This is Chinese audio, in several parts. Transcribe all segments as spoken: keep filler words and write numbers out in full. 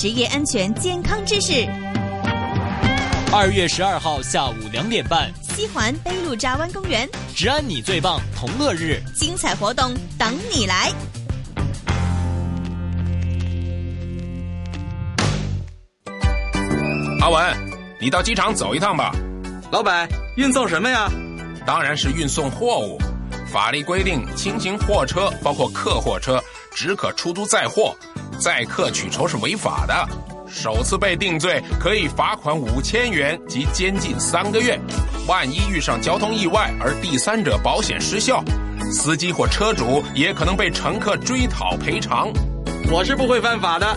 职业安全健康知识。 二月十二号下午两点半， 西环北路闸湾公园， 职安你最棒同乐日， 精彩活动等你来。 阿文，你到机场走一趟吧。 老板，运送什么呀？ 当然是运送货物。法律规定，轻型货车包括客货车只可出租载货，载客取酬是违法的。首次被定罪可以罚款五千元及监禁三个月。万一遇上交通意外而第三者保险失效，司机或车主也可能被乘客追讨赔偿。 我是不会犯法的。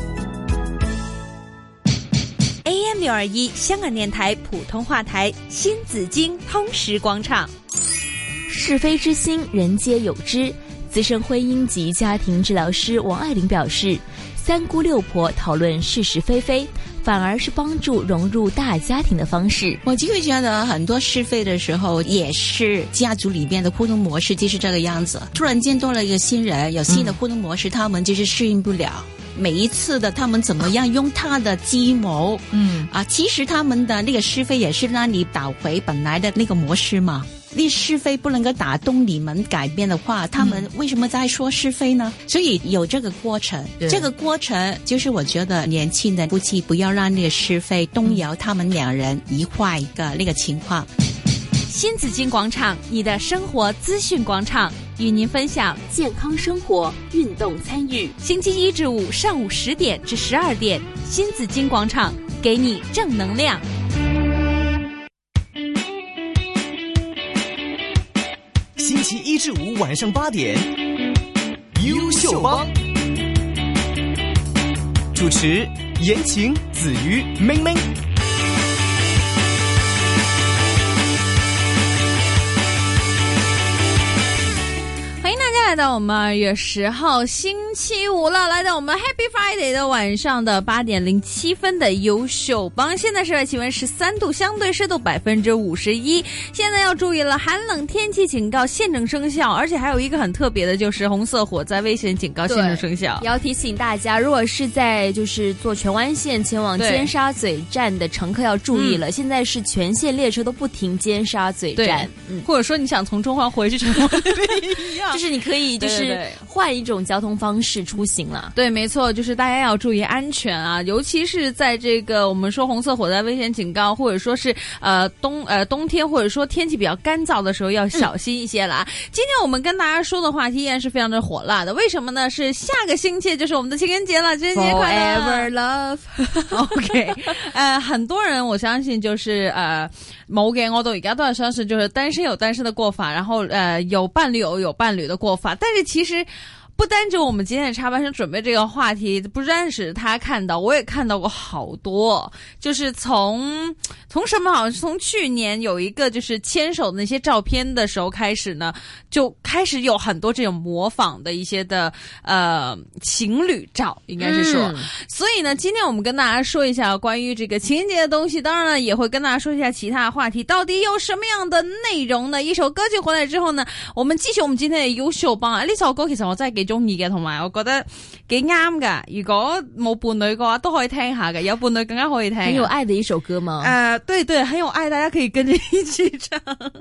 A M 六二一香港电台普通话台新紫荆通识广场。 是非之心，人皆有之。资深婚姻及家庭治疗师王爱玲表示，三姑六婆讨论是是非非，反而是帮助融入大家庭的方式。 我就会觉得很多是非的时候，也是家族里边的互动模式就是这个样子。突然间多了一个新人，有新的互动模式，嗯、他们就是适应不了。每一次的他们怎么样用他的计谋，嗯啊，其实他们的那个是非也是让你倒回本来的那个模式嘛。那是非不能够打动你们改变的话，他们为什么在说是非呢？嗯、所以有这个过程，这个过程就是我觉得年轻的夫妻不要让那个是非动摇他们两人一块的那个情况。 新紫荆广场，你的生活资讯广场，与您分享健康生活、运动参与。 星期一至五上午十点至十二点，新紫荆广场给你正能量。 星期一至五晚上八点，优秀帮主持言情、子瑜、明明。 欢迎大家来到我们二月十号星期五了，来到我们 Happy Friday 的晚上的八点零七分的优秀帮。现在室外气温十三度，相对湿度百分之五十一。现在要注意了，寒冷天气警告现正生效，而且还有一个很特别的，就是红色火灾危险警告现正生效。 也要提醒大家，如果是在就是坐荃湾线前往尖沙咀站的乘客要注意了，现在是全线列车都不停尖沙咀站， 嗯、或者说你想从中环回去荃湾一样， 就是你可以就是换一种交通方式出行了。 对，没错，就是大家要注意安全啊，尤其是在这个我们说红色火灾危险警告，或者说是呃冬呃冬天，或者说天气比较干燥的时候，要小心一些啦。嗯、今天我们跟大家说的话题依然是非常的火辣的，为什么呢？是下个星期就是我们的情人节了，情人节快乐 ，Forever Love。OK， 呃，很多人我相信就是呃冇嘅，我到而家都係相信就是單身有單身的過法，然後呃有伴侶有有伴侶的過法，但是其實。不单只我们今天的插班生准备这个话题，不单是他看到，我也看到过好多，就是从从什么好像从去年有一个就是牵手的那些照片的时候开始呢，就开始有很多这种模仿的一些的呃情侣照，应该是说、嗯、所以呢今天我们跟大家说一下关于这个情人节的东西，当然了也会跟大家说一下其他的话题到底有什么样的内容呢。一首歌曲回来之后呢，我们继续我们今天的優秀幫啊。呢首歌其實我真係幾中意嘅，同埋我覺得幾啱噶。如果冇伴侶嘅話，都可以聽下嘅。有伴侶更加可以聽。 很有愛的一首歌嗎？ 呃，對對，很有愛，大家可以跟着一起唱。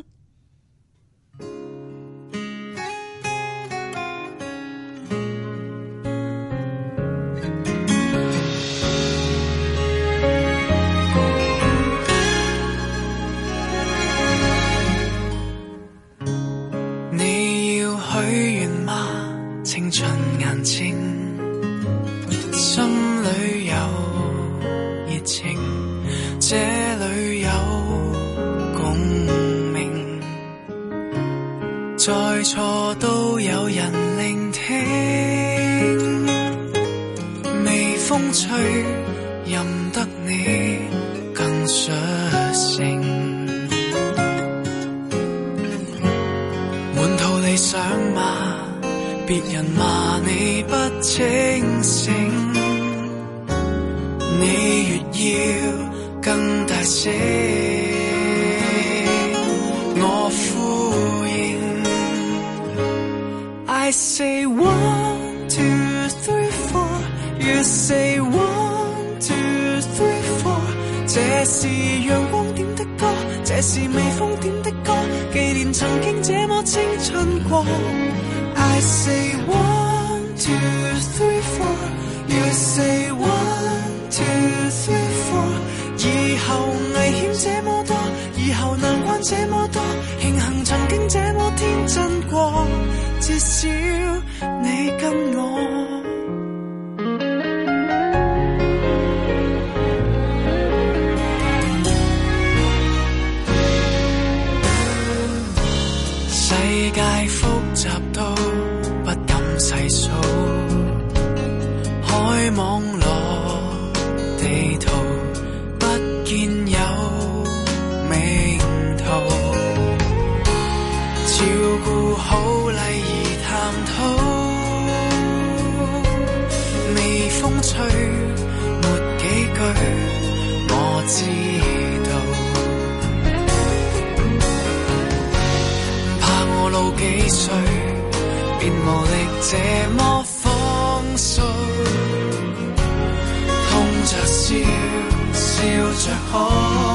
你要許願嗎？青春眼睛，心裏有熱情，這裏有共鳴，再錯都有人聆聽，微風吹，任得你更率性，滿肚理想嗎？別人罵你不清醒，你越要更大聲，我呼應。I say one two three four， you say one 是陽光點的歌，這是微風點的歌，紀念曾經這麼青春過。I say one two three four, you say one two three four。以後危險這麼多，以後難關這麼多，慶幸曾經這麼天真過，至少你跟我。世界複雜到不敢細數，海網絡地圖不見有名圖，照顧好禮儀談吐，微風吹沒幾句我知我老幾歲，便無力這麼放縱，痛着笑，笑着哭，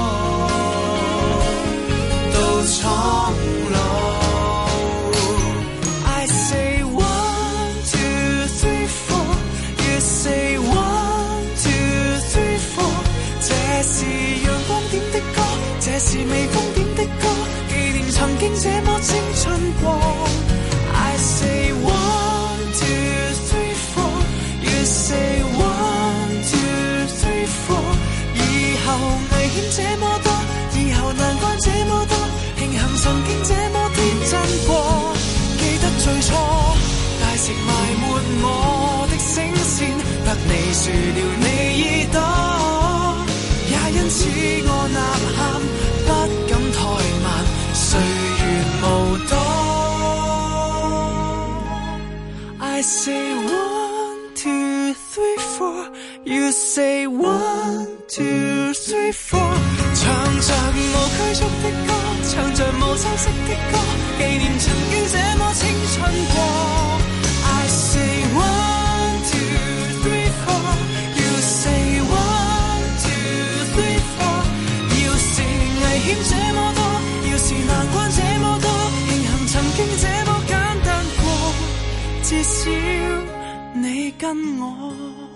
到蒼老。I say one two three four, you say one two three four。這是陽光點的歌，這是微風點的歌，紀念曾經這麼青春過。I say one two three four, you say one two three four。以後危險這麼多，以後難關這麼多，慶幸曾經這麼天真過。記得最初大石埋沒我的聲線，得你豎了你耳朵，也因此我吶喊不敢怠慢，歲月無多。I say one two three four, you say one two three four。唱着無拘束的歌，唱着無修飾的歌，紀念曾經這麼青春過。I say one two three four, you say one two three four。要是危險這麼多，要是難關這麼多，慶幸曾經這麼簡單過，至少你跟我。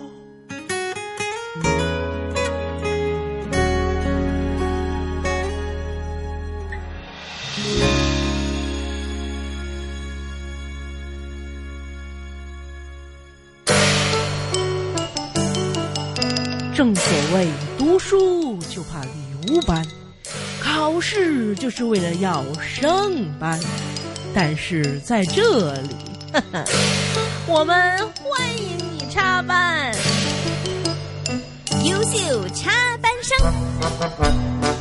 正所谓读书就怕理无班，考试就是为了要升班。但是在这里，呵呵，我们欢迎你插班， 优秀插班生。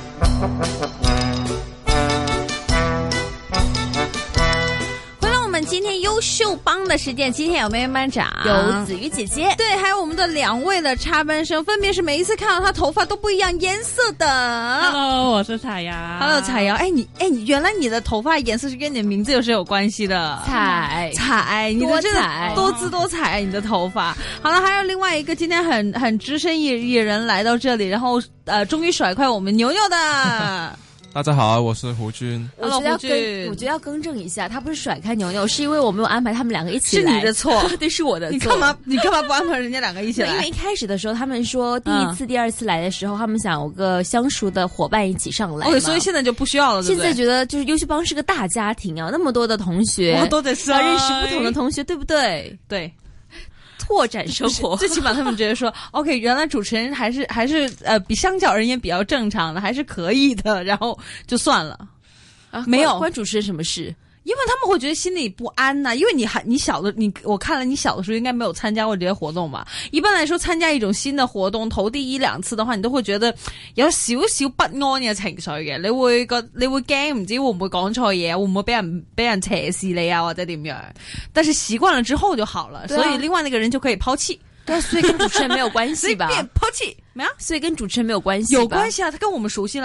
今天优秀帮的时间，今天有没有班长？ 有子瑜姐姐， 对，还有我们的两位的插班生，分别是每一次看到他头发都不一样颜色的。 Hello， 我是彩瑶。 Hello， 彩瑶，哎你哎你原来你的头发颜色是跟你的名字有是有关系的。 彩彩，你的这个多姿多彩，你的头发。好了，还有另外一个今天很很只身一一人来到这里，然后呃终于甩快我们牛牛的。 大家好，我是胡军。 我觉得要更，我觉得要更正一下，他不是甩开牛牛，是因为我没有安排他们两个一起来。 是你的错， 对，是我的错。 你干嘛？你干嘛不安排人家两个一起来？ 因为一开始的时候，他们说第一次、嗯、第二次来的时候，他们想有个相熟的伙伴一起上来。 哦，所以现在就不需要了，对不对？ 现在觉得就是优秀帮是个大家庭啊，那么多的同学， 我都得要认识不同的同学，对不对？ 对。 拓展生活， 最起码他们觉得说 ，OK， 原来主持人还是还是呃，比相较而言比较正常的，还是可以的，然后就算了啊， 没有关主持人什么事。 因为他们会觉得心里不安呐、啊，因为你还你小的你我看了你小的时候应该没有参加过这些活動嘛。一般來說參加一種新的活動頭第一兩次的話，你都會覺得有少少不安嘅情緒嘅，你會覺你會驚唔知會唔會講錯嘢，會唔會俾人俾人斜視你啊或者點樣。但是習慣了之後就好了，啊、所以另外那個人就可以拋棄。 对，所以跟主持人沒有關係吧？ 隨便拋棄咩啊？ 所以跟主持人沒有關係吧？ 有關係啊，他跟我們熟悉啦。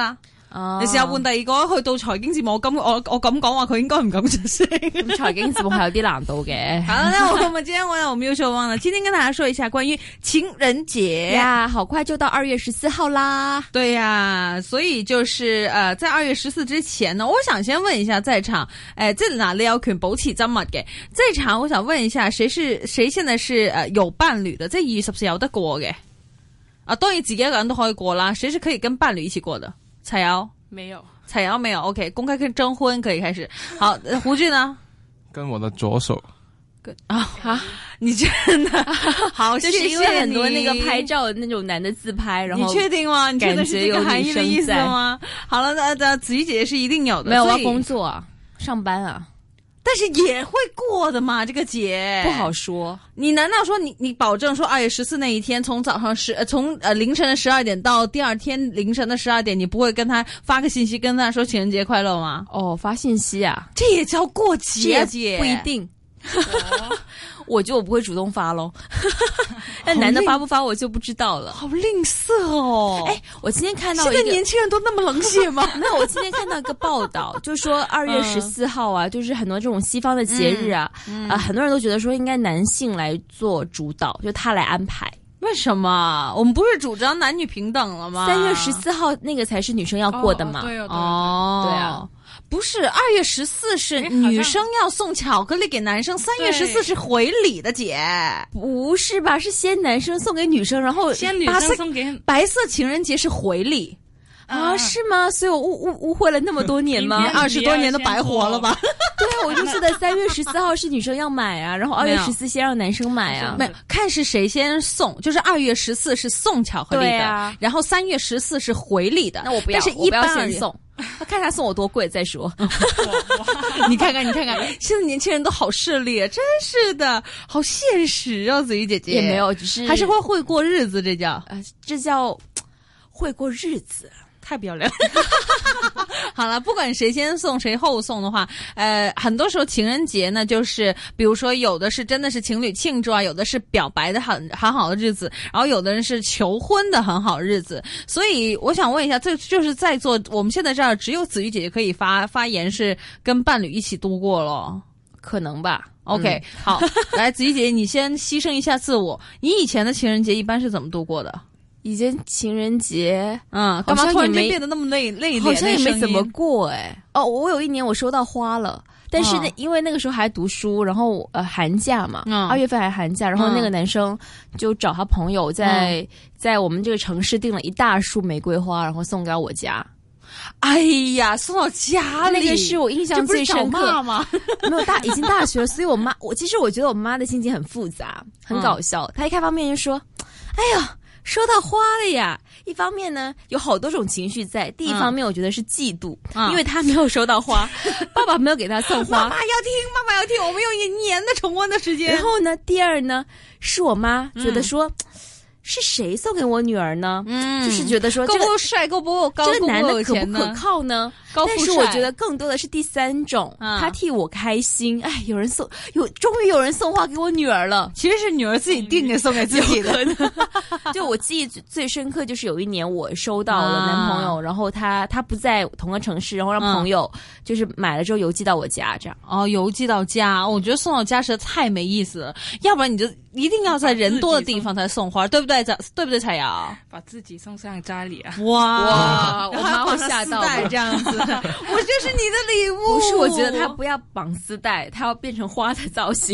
你試下換第二個，去到財經節目，我咁我我咁講話，佢應該唔敢出聲。 財經節目係有啲難度嘅。 好了，那我們今天我我們優秀忘了，今天跟大家說一下關於情人節呀，好快就到二月十四號啦。 對呀、啊，所以就是呃，在二月十四之前呢，我想先問一下在場，誒，即係嗱，你有權保持緘默嘅，在場我想問一下，誰是誰現在是呃有伴侶的？即係二月十四有得過嘅？啊，當然自己一個人都可以過啦，誰是可以跟伴侶一起過的？彩瑤沒有， 彩瑤沒有 ，OK， 公開跟徵婚可以開始。好，胡俊呢？ 跟我的左手。 跟啊啊！你真的好， 就是因為很多那個拍照那種男的自拍，然後你確定嗎？你確定是這個含義的意思嗎？好了，那那子怡姐姐是一定有的， 沒有我要工作啊，上班啊。 但是也會過的嘛，這個節不好說。 你難道說你你保證說二月十四那一天從早上十呃從呃凌晨的十二點到第二天凌晨的十二點，你不會跟他發個信息跟他說情人節快樂嗎？ 哦，發信息啊， 這也叫過節節？ 不一定。我覺得我不會主動發咯，但男的發不發我就不知道了。 好吝嗇哦！ 哎，我今天看到一個， 現在年輕人都那麼冷血嗎？ 沒有，我今天看到一個報道，就說二月十四號啊，就是很多這種西方的節日啊， 嗯嗯、 啊，很多人都覺得說應該男性來做主導，就他來安排。 為什麼？我們不是主張男女平等了嗎？ 三月十四號那個才是女生要過的嘛？ 哦，對哦， 哦， 對啊。 不是，二月十四是女生要送巧克力給男生，三月十四是回禮的節。 不是吧？是先男生送給女生，然後先女生送給白色情人節是回禮啊？是嗎？所以我誤誤誤會了那麼多年嗎？ 二十多年都白活了吧？ 對啊，我就記得三月十四號是女生要買啊，然後二月十四先讓男生買啊。 沒有，看是誰先送，就是二月十四是送巧克力的，啊、然後三月十四是回禮的。 那我不要， 但是一般我不要先送。看他送我多貴再說。 你看看，你看看，現在年輕人都好勢利，真是的，好現實哦，子怡姐姐。 也沒有，只是還是會會過日子，這叫呃，這叫會過日子。 太漂亮好了，不管誰先送誰後送的話，呃，很多時候情人節呢，就是比如說有的是真的是情侶慶祝啊，有的是表白的很很好的日子，然後有的人是求婚的很好日子。所以我想問一下，這就是在座我們現在這兒只有子瑜姐姐可以發發言，是跟伴侶一起度過咯？ 可能吧。 OK，、嗯、好，來子瑜姐姐，你先犧牲一下自我，你以前的情人節一般是怎麼度過的？ 以前情人節， 嗯，幹嘛突然間變得那麼內內斂？ 好像也沒怎麼過哎、欸。哦，我有一年我收到花了，但是那、哦、因為那個時候還讀書，然後呃寒假嘛，二、嗯、月份還寒假，然後那個男生就找他朋友在、嗯、在我們這個城市訂了一大束玫瑰花，然後送到我家。 哎呀，送到家裏， 那個是我印象最深刻。 這不是找媽嗎？ 沒有大已經大學了，所以我媽我其實我覺得我媽的心情很複雜，很搞笑。嗯、她一開方面就說：“哎呀。”收到花了呀！一方面呢，有好多種情緒在。第一方面，我覺得是嫉妒，嗯、因為他沒有收到花，爸爸沒有給他送花。 媽媽要聽，媽媽要聽，我們有一年的重溫的時間。 然後呢，第二呢，是我媽覺得說。嗯是誰送給我女兒呢？嗯，就是覺得說這個夠不夠帥，夠不夠高， 這個男的可不可靠呢？ 高富帥。 但是我覺得更多的是第三種，嗯、他替我開心。哎，有人送，有終於有人送花給我女兒了。 其實是女兒自己訂嘅，送給自己的。 就我記憶最深刻，就是有一年我收到了男朋友，啊、然後他他不在同個城市，然後讓朋友就是買了之後郵寄到我家，這樣。 哦，郵寄到家，我覺得送到家實在太沒意思了。要不然你就一定要在人多的地方才送花，對不對？對不對？彩瑤把自己送上家裏啊！ 哇哇，我媽會嚇到這樣子。我這是你的禮物。 不是，我覺得他不要綁絲帶，他要變成花的造型。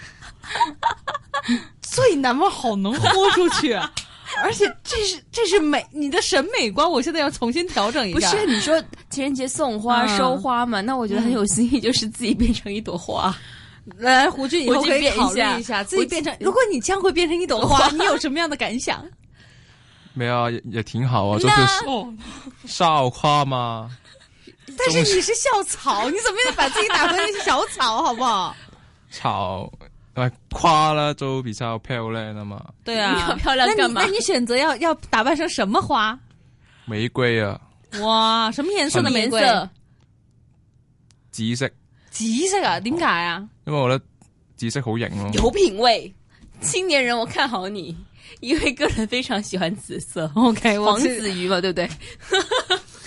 最難忘好能豁出去，而且這是這是美，你的審美觀，我現在要重新調整一下。 不是你說情人節送花、嗯、收花嘛？那我覺得很有新意，就是自己變成一朵花。 來，胡俊以後可以考慮一下，自己變成。如果你將會變成一朵花，你有什麼樣的感想？ 沒有啊，也也挺好啊，就是校花嘛。 但是你是校草，你怎麼也把自己打扮成小草，好不好？ 草，呃，花啦都比較漂亮啊嘛。 對啊， 你要漂亮幹嘛？ 那你那你選擇要要打扮成什麼花？ 玫瑰啊！ 哇，什麼顏色的玫瑰？ 紫色。 紫色啊？點解啊？ 因為我覺得紫色好型咯。 有品味，青年人，我看好你，因為個人非常喜歡紫色。 OK， 黃子瑜嘛，對不對？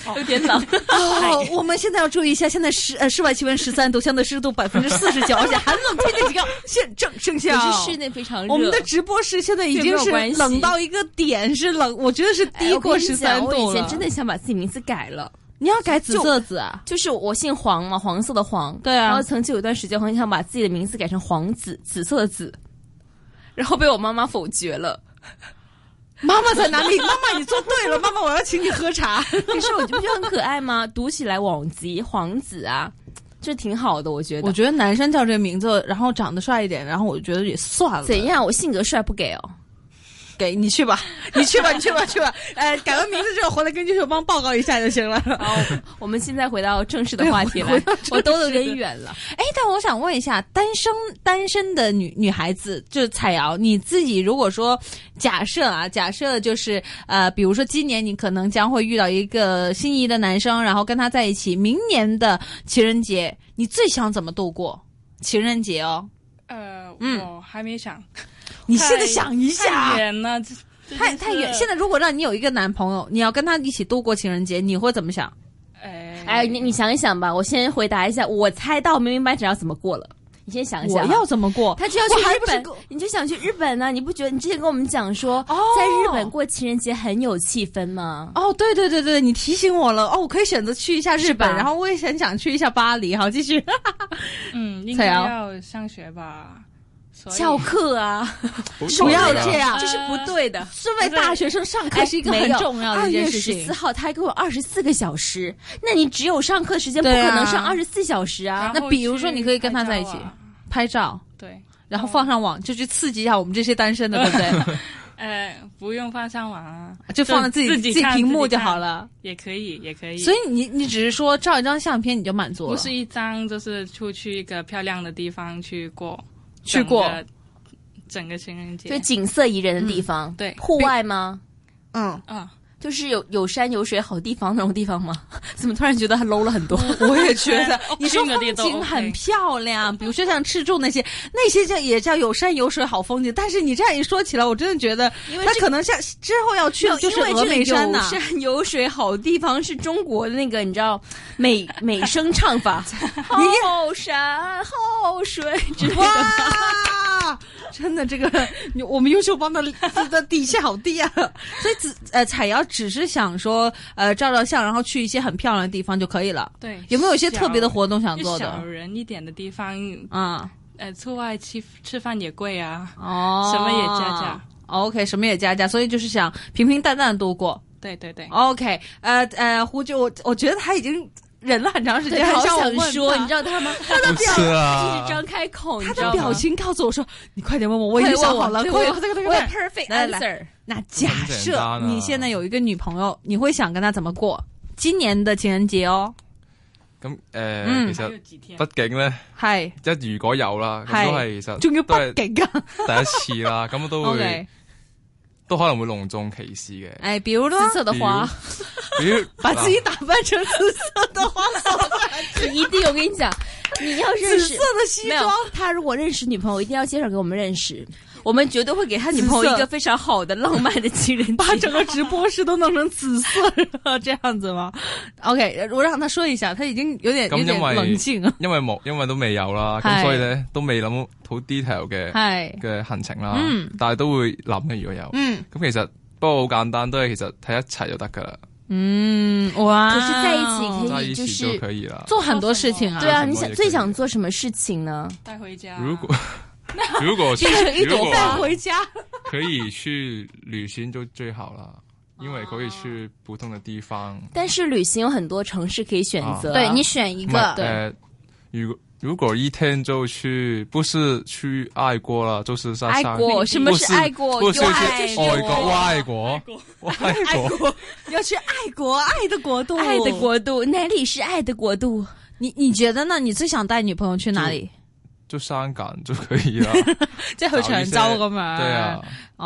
有点冷。 哦，我们现在要注意一下，现在室呃室外气温十三度，相对湿度百分之四十九，而且寒冷天气警告现正生效。 可是室内非常热。 我们的直播室现在已经是冷到一个点，是冷，我觉得是低过十三度了。 我以前真的想把自己名字改了。 你要改紫色子啊？ 就, 就是我姓黄嘛，黄色的黄。 对啊。 然后曾经有一段时间，我很想把自己的名字改成黄紫，紫色的紫，然后被我妈妈否决了。 妈妈在哪里？妈妈，你做对了，妈妈，我要请你喝茶。 可是我就不觉得很可爱吗？读起来网吉黄子啊，这挺好的，我觉得。 我觉得男生叫这个名字，然后长得帅一点，然后我觉得也算了。 怎样？我性格帅不给哦。 给你去吧，你去吧，你去吧，去吧。呃，改完名字之后回来跟优秀帮报告一下就行了。 好，我们现在回到正式的话题了，我兜得有点远了。 哎，但我想问一下，单身单身的女女孩子，就是彩瑶，你自己如果说假设啊，假设就是呃，比如说今年你可能将会遇到一个心仪的男生，然后跟他在一起，明年的情人节，你最想怎么度过情人节哦？ 呃， 嗯、 我还没想。 你现在想一下， 太远了， 太太远。现在如果让你有一个男朋友，你要跟他一起度过情人节，你会怎么想？ 哎， 哎，你你想一想吧。我先回答一下，我猜到明明白知道怎么过了。你先想一想， 我要怎么过？ 他就要去日本，你就想去日本呢、啊？你不觉得你之前跟我们讲说，哦、在日本过情人节很有气氛吗？ 哦，对对对对，你提醒我了。哦，我可以选择去一下日本，然后我也很想去一下巴黎。好，继续。 嗯，应该要上学吧。 翘课啊， 不要这样， 这是不对的。 身为大学生上课是一个很重要的一件事情。 二月十四号他还给我二十四个小时，那你只有上课时间，不可能上二十四小时啊。 那比如说，你可以跟他在一起拍照， 对， 然后放上网，就去刺激一下我们这些单身的，对不对？ 呃，不用放上网啊， 就放在自己自己自己屏幕就好了， 也可以，也可以。 所以你你只是说照一张相片你就满足了， 不是一张，就是出去一个漂亮的地方去过， 去过。 整个情人节， 就景色宜人的地方， 嗯、对， 户外吗？ 嗯啊， 就是有有山有水好地方那种地方吗？怎么突然觉得它 low 了很多？ 我也觉得，你说风景很漂亮，比如说像赤柱那些，那些叫也叫有山有水好风景。但是你这样一说起来，我真的觉得，因为它可能像之后要去的就是峨眉山呐、啊。 有山有水好地方是中国的那个，你知道美美声唱法，好山好水之类的。 真的，这个我们优秀帮的的底气好低啊！所以只呃，彩瑶只是想说，呃，照照相，然后去一些很漂亮的地方就可以了。 对， 有没有一些特别的活动想做的？ 小人一点的地方啊， 呃，出外吃吃饭也贵啊， 哦， 什么也加价。 OK， 什么也加价，所以就是想平平淡淡的度过。 对对对。 OK， 呃呃，胡就我我觉得他已经。忍了很长时间， 好想说， 你知道他吗？ 他的表情、 啊、 一直张开口， 他的表情告诉我说：“你快点问我，我已经想好了。”快， 我这个这个 perfect answer。 那假设你现在有一个女朋友，你會想跟她怎麼過今年的情人節哦？ 咁誒、呃嗯，其實畢竟咧， 係即如果有啦，咁都係其實仲要畢竟啊， 第一次啦，咁都會。okay. 都可能會隆重其事嘅， 哎，比如紫色的花， 比如把自己打扮成紫色的花， 一定我跟你講，你要認識紫色的西裝， 他如果認識女朋友，一定要介紹給我們認識，我們絕對會給他女朋友一個非常好的浪漫的情人節， 把整個直播室都弄成紫色，這樣子嗎 ？OK， 我讓他說一下，他已經有點有點冷靜啊， 因為冇，因為都未有啦，咁所以咧都未諗好 detail 嘅嘅行程啦，嗯、但係都會諗嘅，如果有，咁、嗯、其實不過好簡單，都係其實睇一齊就得噶啦。 嗯，哇！ 可是在一起可以就是就可以了， 做很多事情啊。 對啊，你想最想做什麼事情呢？ 帶回家。 如果如果變成一朵帶回家， 可以去旅行就最好了。因為可以去不同的地方， 但是旅行有很多城市可以選擇， 啊、對你選一個。 對，呃、如果如果一天就去，不是去愛國了，就是在愛國。什麼是愛國？ 不是去愛國，外國，外國， 要去愛國，愛的國度， 愛的國度，哪裡是愛的國度？ 你你覺得呢？你最想帶女朋友去哪裡？ 就香港就可以了， 即係去長洲咁樣。 對啊。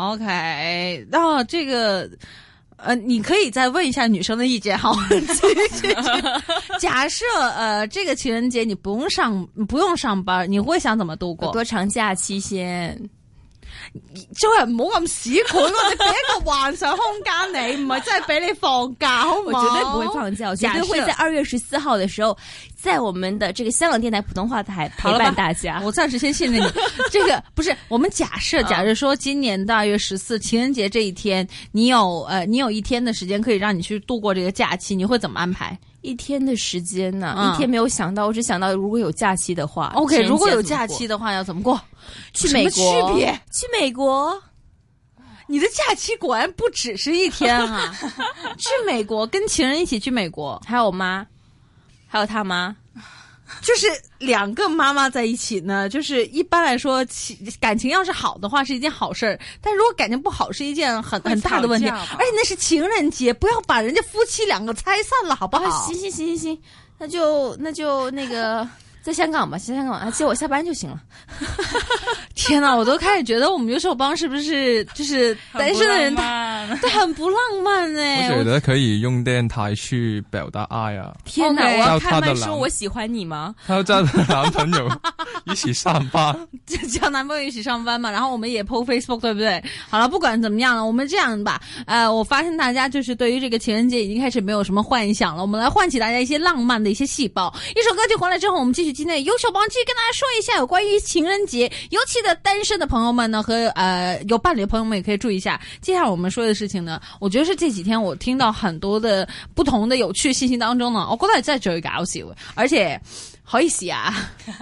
OK，然後這個。呃，你可以再問一下女生的意見，好。假設呃，這個情人節你不用上不用上班，你會想怎麼度過？ 多長假期先？ 做人唔好咁市儈，我哋俾一個幻想空間你，唔係真係俾你放假，好唔好？ 我絕對不會放假，我絕對會在二月十四號的時候，在我們的這個香港電台普通話台陪伴大家。 我暫時先信任你。這個不是我們假設，假設說今年的二月十四情人節這一天，你有呃，你有一天的時間可以讓你去度過這個假期，你會怎麼安排？ 一天的時間呢、啊嗯？一天沒有想到，我只想到如果有假期的話 ，OK， 如果有假期的話要怎麼過？ 去美國？ 什麼區別？ 去美國？ 你的假期果然不只是一天啊！去美國，跟情人一起去美國， 還有我媽，還有他媽。 就是兩個媽媽在一起呢，就是一般來說，感情要是好的話是一件好事，但如果感情不好是一件很很大的問題。而且那是情人節，不要把人家夫妻兩個拆散了，好不好？ 啊、行行行行行，那就那就那個在香港吧，在香港啊，接我下班就行了。 天哪，我都開始覺得我們優秀幫是不是就是單身的人，對，很不浪漫哎。 我覺得可以用電台去表達愛啊。 天哪，我要開麥說我喜歡你嗎？ 他要叫男朋友一起上班， 叫男朋友一起上班嘛，然後我們也 po Facebook， 對不對？好了，不管怎麼樣了，我們這樣吧，呃，我發現大家就是對於這個情人節已經開始沒有什麼幻想了，我們來喚起大家一些浪漫的一些細胞。一首歌曲回來之後，我們繼續今天的優秀幫，繼續跟大家說一下有關於情人節，尤其的單身的朋友們呢，和呃有伴侶的朋友們也可以注意一下。接下來我們說的事情呢，我覺得是這幾天我聽到很多的不同的有趣信息當中呢，我覺得係真係最搞笑嘅，而且可以試啊。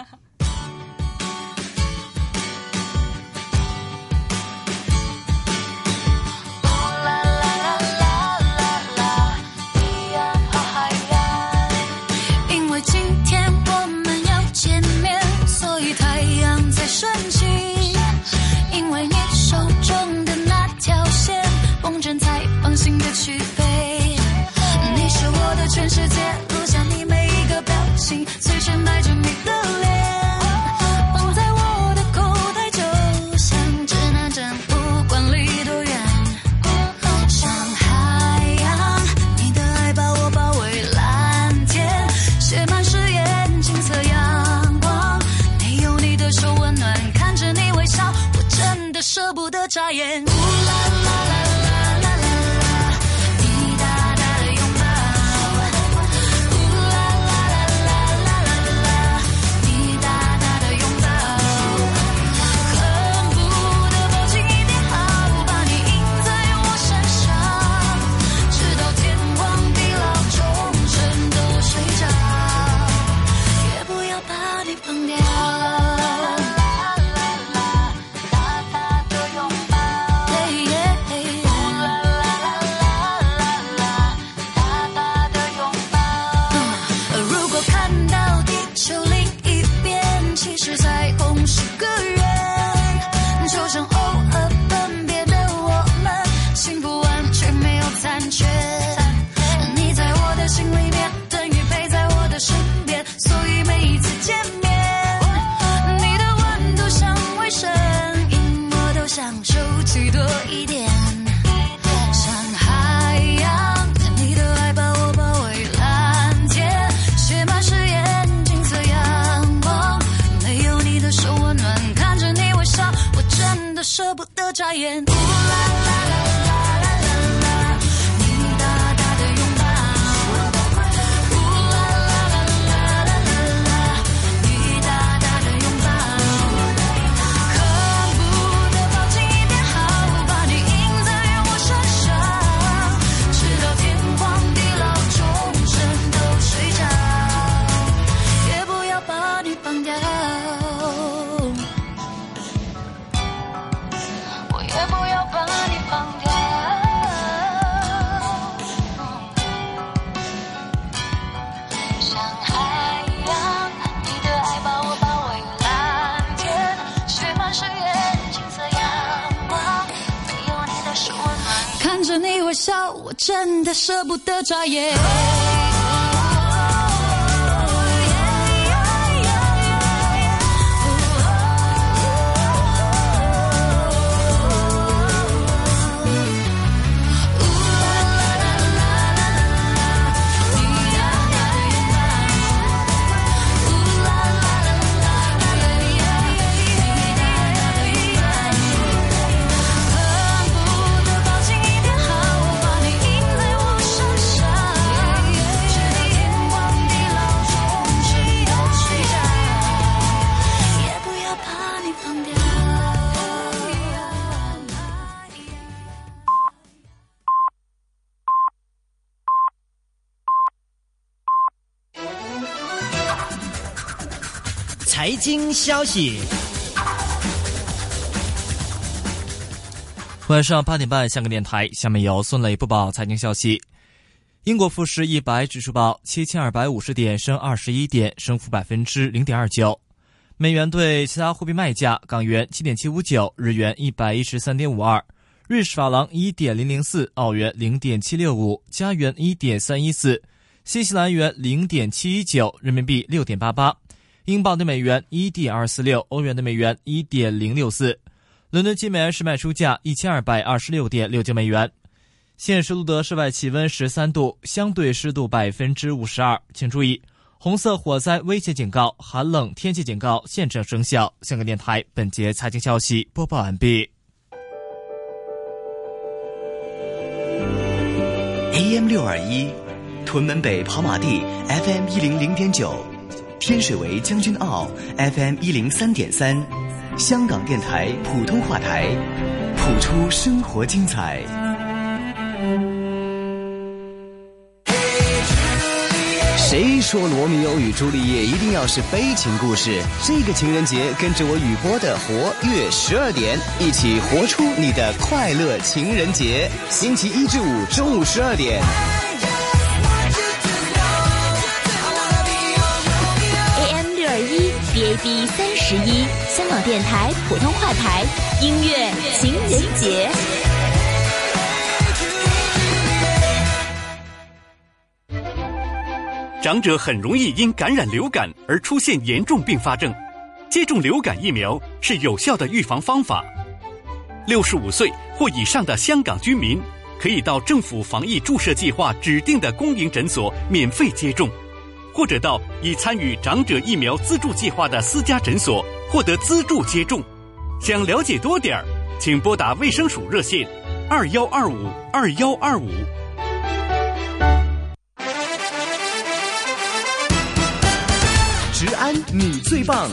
全世界录下你每一个表情，随身带着你的脸，放在我的口袋，就像指南针，不管离多远。像海洋，你的爱把我包围，蓝天写满誓言，金色阳光，没有你的手温暖，看着你微笑，我真的舍不得眨眼。呜啦啦啦。舍不得眨眼。微笑，我真的舍不得眨眼。 财经消息。 晚上八点半，香港电台，下面由孙磊播报财经消息。英国富时一百指数报七千二百五十点，升二十一点，升幅百分之零点二九。美元对其他货币卖价：港元七点七五九，日元一百一十三点五二，瑞士法郎一点零零四，澳元零点七六五，加元一点三一四，新西兰元零点七一九，人民币六点八八，英镑对美元一点二四六，欧元对美元一点零六四。伦敦金每安士卖出价一千二百二十六点六九美元。现时录得室外气温十三度，相对湿度百分之五十二。请注意，红色火灾危险警告、寒冷天气警告现正生效。香港电台本节财经消息播报完毕。 A M 六二一，屯门北跑马地 F M 一零零点九，天水围将军澳 F M 一零三点三。香港电台普通话台，谱出生活精彩。谁说罗密欧与朱丽叶一定要是悲情故事？这个情人节，跟着我雨波的活跃十二点，一起活出你的快乐情人节。星期一至五中午十二点。 A M 六二一 D A B 三十一，香港电台普通话台，音乐情人节。 长者很容易因感染流感而出现严重并发症，接种流感疫苗是有效的预防方法。六十五岁或以上的香港居民可以到政府防疫注射计划指定的公营诊所免费接种，或者到已参与长者疫苗资助计划的私家诊所获得资助接种。想了解多点儿，请拨打卫生署热线二幺二五二幺二五。 职安你最棒。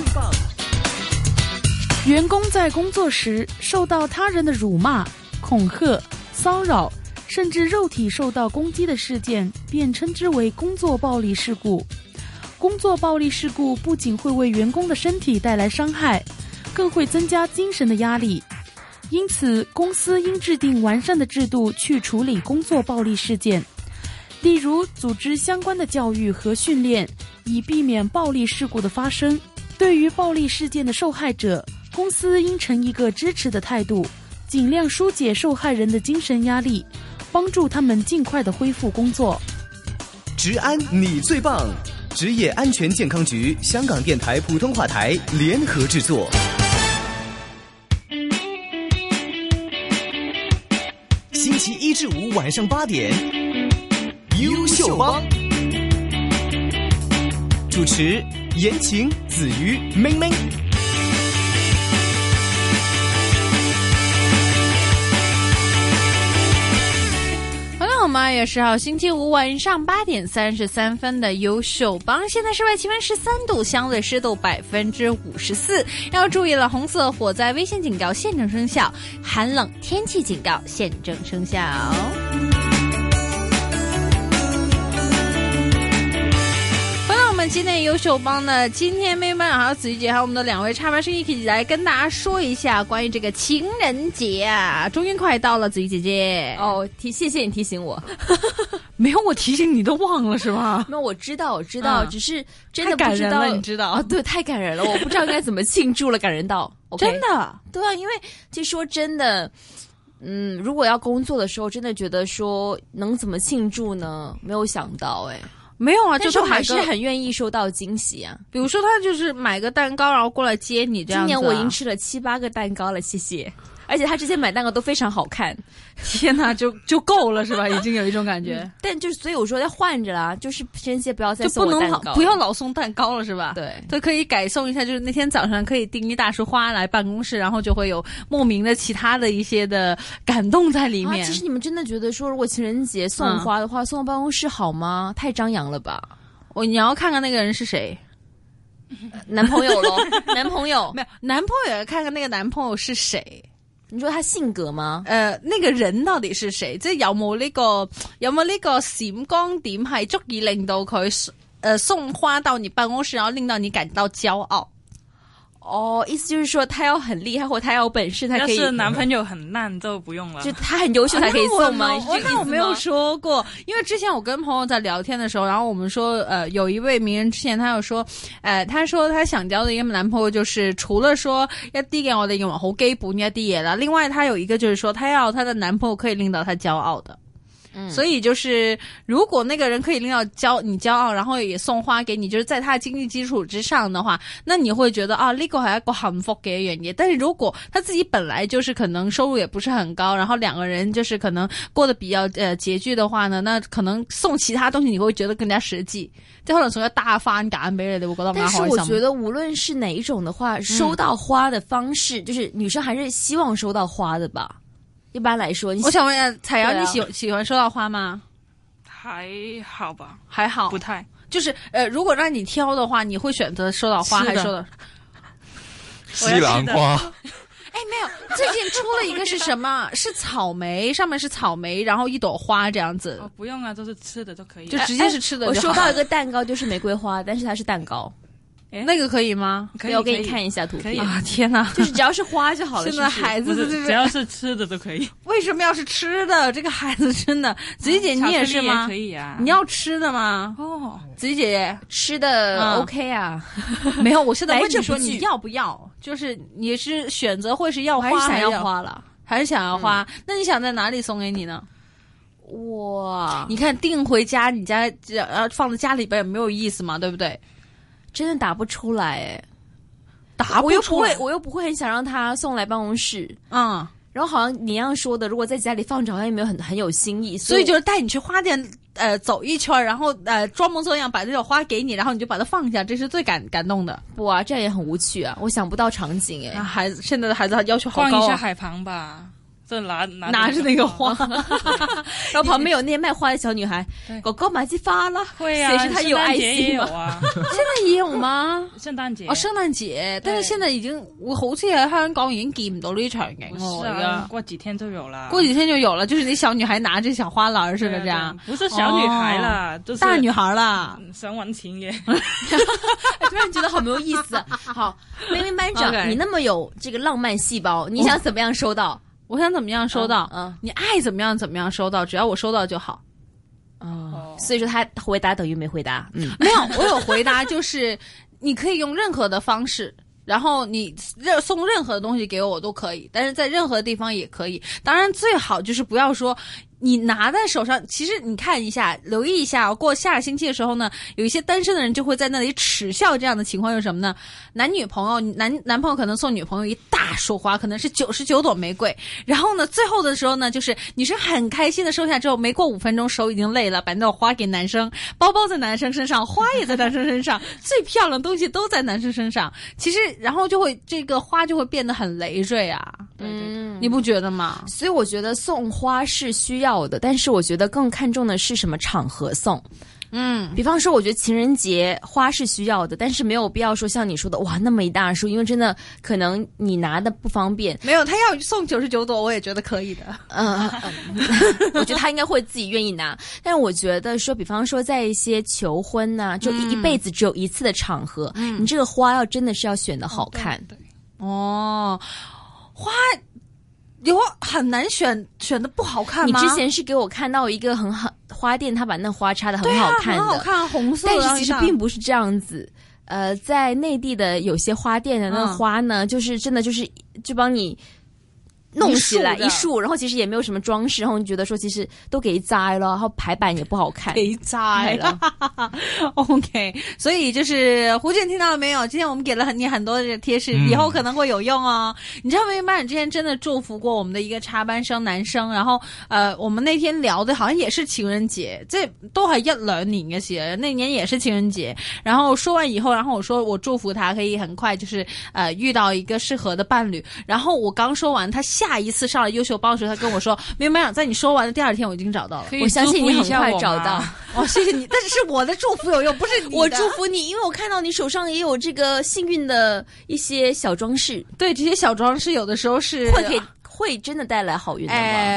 员工在工作时受到他人的辱骂、恐吓、骚扰，甚至肉体受到攻击的事件，便称之为工作暴力事故。工作暴力事故不仅会为员工的身体带来伤害，更会增加精神的压力。因此，公司应制定完善的制度去处理工作暴力事件，例如组织相关的教育和训练，以避免暴力事故的发生。对于暴力事件的受害者，公司应呈一个支持的态度，尽量疏解受害人的精神压力，帮助他们尽快的恢复工作。 职安你最棒，职业安全健康局、香港电台普通话台联合制作。星期一至五晚上八点，优秀帮主持言情、子瑜、明明。 八月十号星期五晚上八点三十三分的优秀帮，现在室外气温十三度，相对湿度百分之五十四。要注意了，红色火灾危险警告现正生效，寒冷天气警告现正生效。今天优秀帮呢，今天妹妹还有子瑜姐还有我们的两位插班生一起来跟大家说一下关于这个情人节啊，终于快到了，子瑜姐姐。 哦，提谢谢你提醒我， 没有我提醒你都忘了是吧？ 那我知道，我知道，嗯、只是真的不知道， 太感人了，你知道？ 哦，对，太感人了，我不知道该怎么庆祝了，感人到。okay? 真的， 对啊，因为其实说真的。嗯，如果要工作的时候，真的觉得说能怎么庆祝呢？没有想到哎、欸。 没有啊，就是还是很愿意收到惊喜啊。 比如说，他就是买个蛋糕，然后过来接你这样子、啊。 今年我已经吃了七八个蛋糕了，谢谢。而且他这些买蛋糕都非常好看， 天哪，就就够了是吧？已经有一种感觉。 嗯、但就是所以我说要换着啦，就是情人节不要再送我蛋糕， 就不能不要老送蛋糕了是吧？ 对， 都可以改送一下，就是那天早上可以订一大束花来办公室，然后就会有莫名的其他的一些的感动在里面。 啊、其实你们真的觉得说，如果情人节送花的话，嗯、送到办公室好吗？太张扬了吧？ 我你要看看那个人是谁。 男朋友咯，男朋友没有，男朋友要看看那个男朋友是谁。 你說他性格嗎？ 呃，那個人到底是誰？即係有冇呢個有冇呢個閃光點係足以令到佢呃送花到你辦公室，然後令到你感到驕傲？ 哦，意思就是说他要很厉害，或他要有本事，他可以。 要是男朋友很烂就不用了， 就他很优秀才可以送吗？ 我看我没有说過，因為之前我跟朋友在聊天的時候，然後我們說，呃，有一位名人之前他有說，呃，他說他想交的一個男朋友就是除了說一啲嘅我哋認為好基本一啲嘢啦，另外他有一個就是說，他要他的男朋友可以令到他驕傲的。嗯、所以就是如果那個人可以令到驕你驕傲，然後也送花給你，就是在他的經濟基礎之上的話，那你會覺得啊呢個係一個幸福嘅一樣嘢。但是如果他自己本來就是可能收入也不是很高，然後兩個人就是可能過得比較呃拮據的話呢，那可能送其他東西你會覺得更加實際，即可能送個大番揀俾你，你會覺得蠻開心。 但是我覺得無論是哪一種的話，收到花的方式，嗯、就是女生還是希望收到花的吧。一般來說， 我想問一下彩瑤，你喜喜歡收到花嗎？ 還好吧， 還好， 不太。 就是呃，如果讓你挑的話，你會選擇收到花還是收到西蘭花？ 哎，沒有，最近出了一個是什麼？是草莓，上面是草莓，然後一朵花這樣子。 哦，不用啊，都是吃的都可以， 就直接是吃的就好。 我收到一個蛋糕，就是玫瑰花，但是它是蛋糕。 那個可以嗎？ 可以， 我給你看一下圖片啊！天哪， 就是只要是花就好了。 現在孩子是只要是吃的都可以。 為什麼要是吃的？這個孩子真的，子怡姐你也是嗎？ 可以啊。 你要吃的嗎？ 哦， 子怡姐吃的 OK 啊？ 沒有，我現在問你說你要不要？就是你是選擇會是要花， 還是想要花了？ 還是想要花？那你想在哪裡送給你呢？ 哇， 你看訂回家，你家呃放在家裡邊也沒有意思嘛，對不對？ 真的打不出來哎， 打不出來， 我又不會，我又不會很想讓他送來辦公室， 嗯， 然後好像你一樣說的，如果在家裡放着，好像也沒有很很有新意， 所以，所以就是帶你去花店，呃，走一圈，然後呃裝模作樣把這朵花給你，然後你就把它放下，這是最感感動的。 不啊，這樣也很無趣啊，我想不到場景哎。 啊、孩子現在的孩子要求好高、啊， 放一下海旁吧。就拿拿拿着那個花， 然後旁邊有那賣花的小女孩，哥哥買支花啦。 會啊， 誰是他有愛心也有啊。 現在也有嗎？ 聖誕節哦，聖誕節，但是現在已經我好似喺香港已經見唔到呢場景哦。是啊，過幾天就有了。 過幾天就有了，就是那小女孩拿着小花籃似的這樣。 不是小女孩啦，就是大女孩啦， 想揾錢嘅。 突然覺得好沒有意思。好，明明班長，你那麼有這個浪漫細胞，你想怎麼樣收到？ 我想怎麼樣收到？嗯，嗯你愛怎麼樣怎麼樣收到，只要我收到就好。 哦，所以說他回答等於沒回答。嗯， 沒有，我有回答，就是你可以用任何的方式，然後你任送任何的東西給我，我都可以，但是在任何地方也可以。當然最好就是不要說你拿在手上，其實你看一下，留意一下，過下個星期的時候呢，有一些單身的人就會在那裡恥笑這樣的情況，有什麼呢？男女朋友，男男朋友可能送女朋友一大束花，可能是九十九朵玫瑰，然後呢，最後的時候呢，就是女生很開心的收下之後，沒過五分鐘手已經累了，把那朵花給男生，包包在男生身上，花也在男生身上，最漂亮的東西都在男生身上，其實然後就會這個花就會變得很累贅啊，嗯，你不覺得嗎？ 所以我覺得送花是需要的，但是我覺得更看重的是什麼場合送。嗯，比方說我覺得情人節花是需要的，但是沒有必要說像你說的哇那麼一大束，因為真的可能你拿的不方便。 沒有，他要送九十九朵我也覺得可以的。 嗯，我覺得他應該會自己願意拿，但是我覺得說比方說在一些求婚啊就一一輩子只有一次的場合，嗯，你這個花要真的是要選得好看。 對，對，哦，花有很難選，選得不好看嗎？ 你之前是給我看到一個很好花店，他把那花插得很好看的， 啊，很好看，紅色。 但是其實並不是這樣子。呃，在內地的有些花店的那個花呢，嗯，就是真的就是就幫你弄起來一束，然後其實也沒有什麼裝飾，然後你覺得說其實都給摘了，然後排版也不好看， 給摘了。OK， 所以就是胡俊聽到了沒有？今天我們給了你很多的貼士，以後可能會有用哦。嗯，你知道微微班長之前真的祝福過我們的一個插班生男生，然後呃，我們那天聊的好像也是情人節，這都係一兩年嘅事，那年也是情人節。然後說完以後，然後我說我祝福他可以很快就是呃遇到一個適合的伴侶。然後我剛說完，他下下一次上了優秀包時，他跟我說：“明白，在你說完的第二天，我已經找到了。 我相信你很快找到。 哦，謝謝你，但是是我的祝福有用，不是你的。 我祝福你，因為我看到你手上也有這個幸運的一些小裝飾。 對，這些小裝飾有的時候是會給會真的帶來好運的嗎？” 呃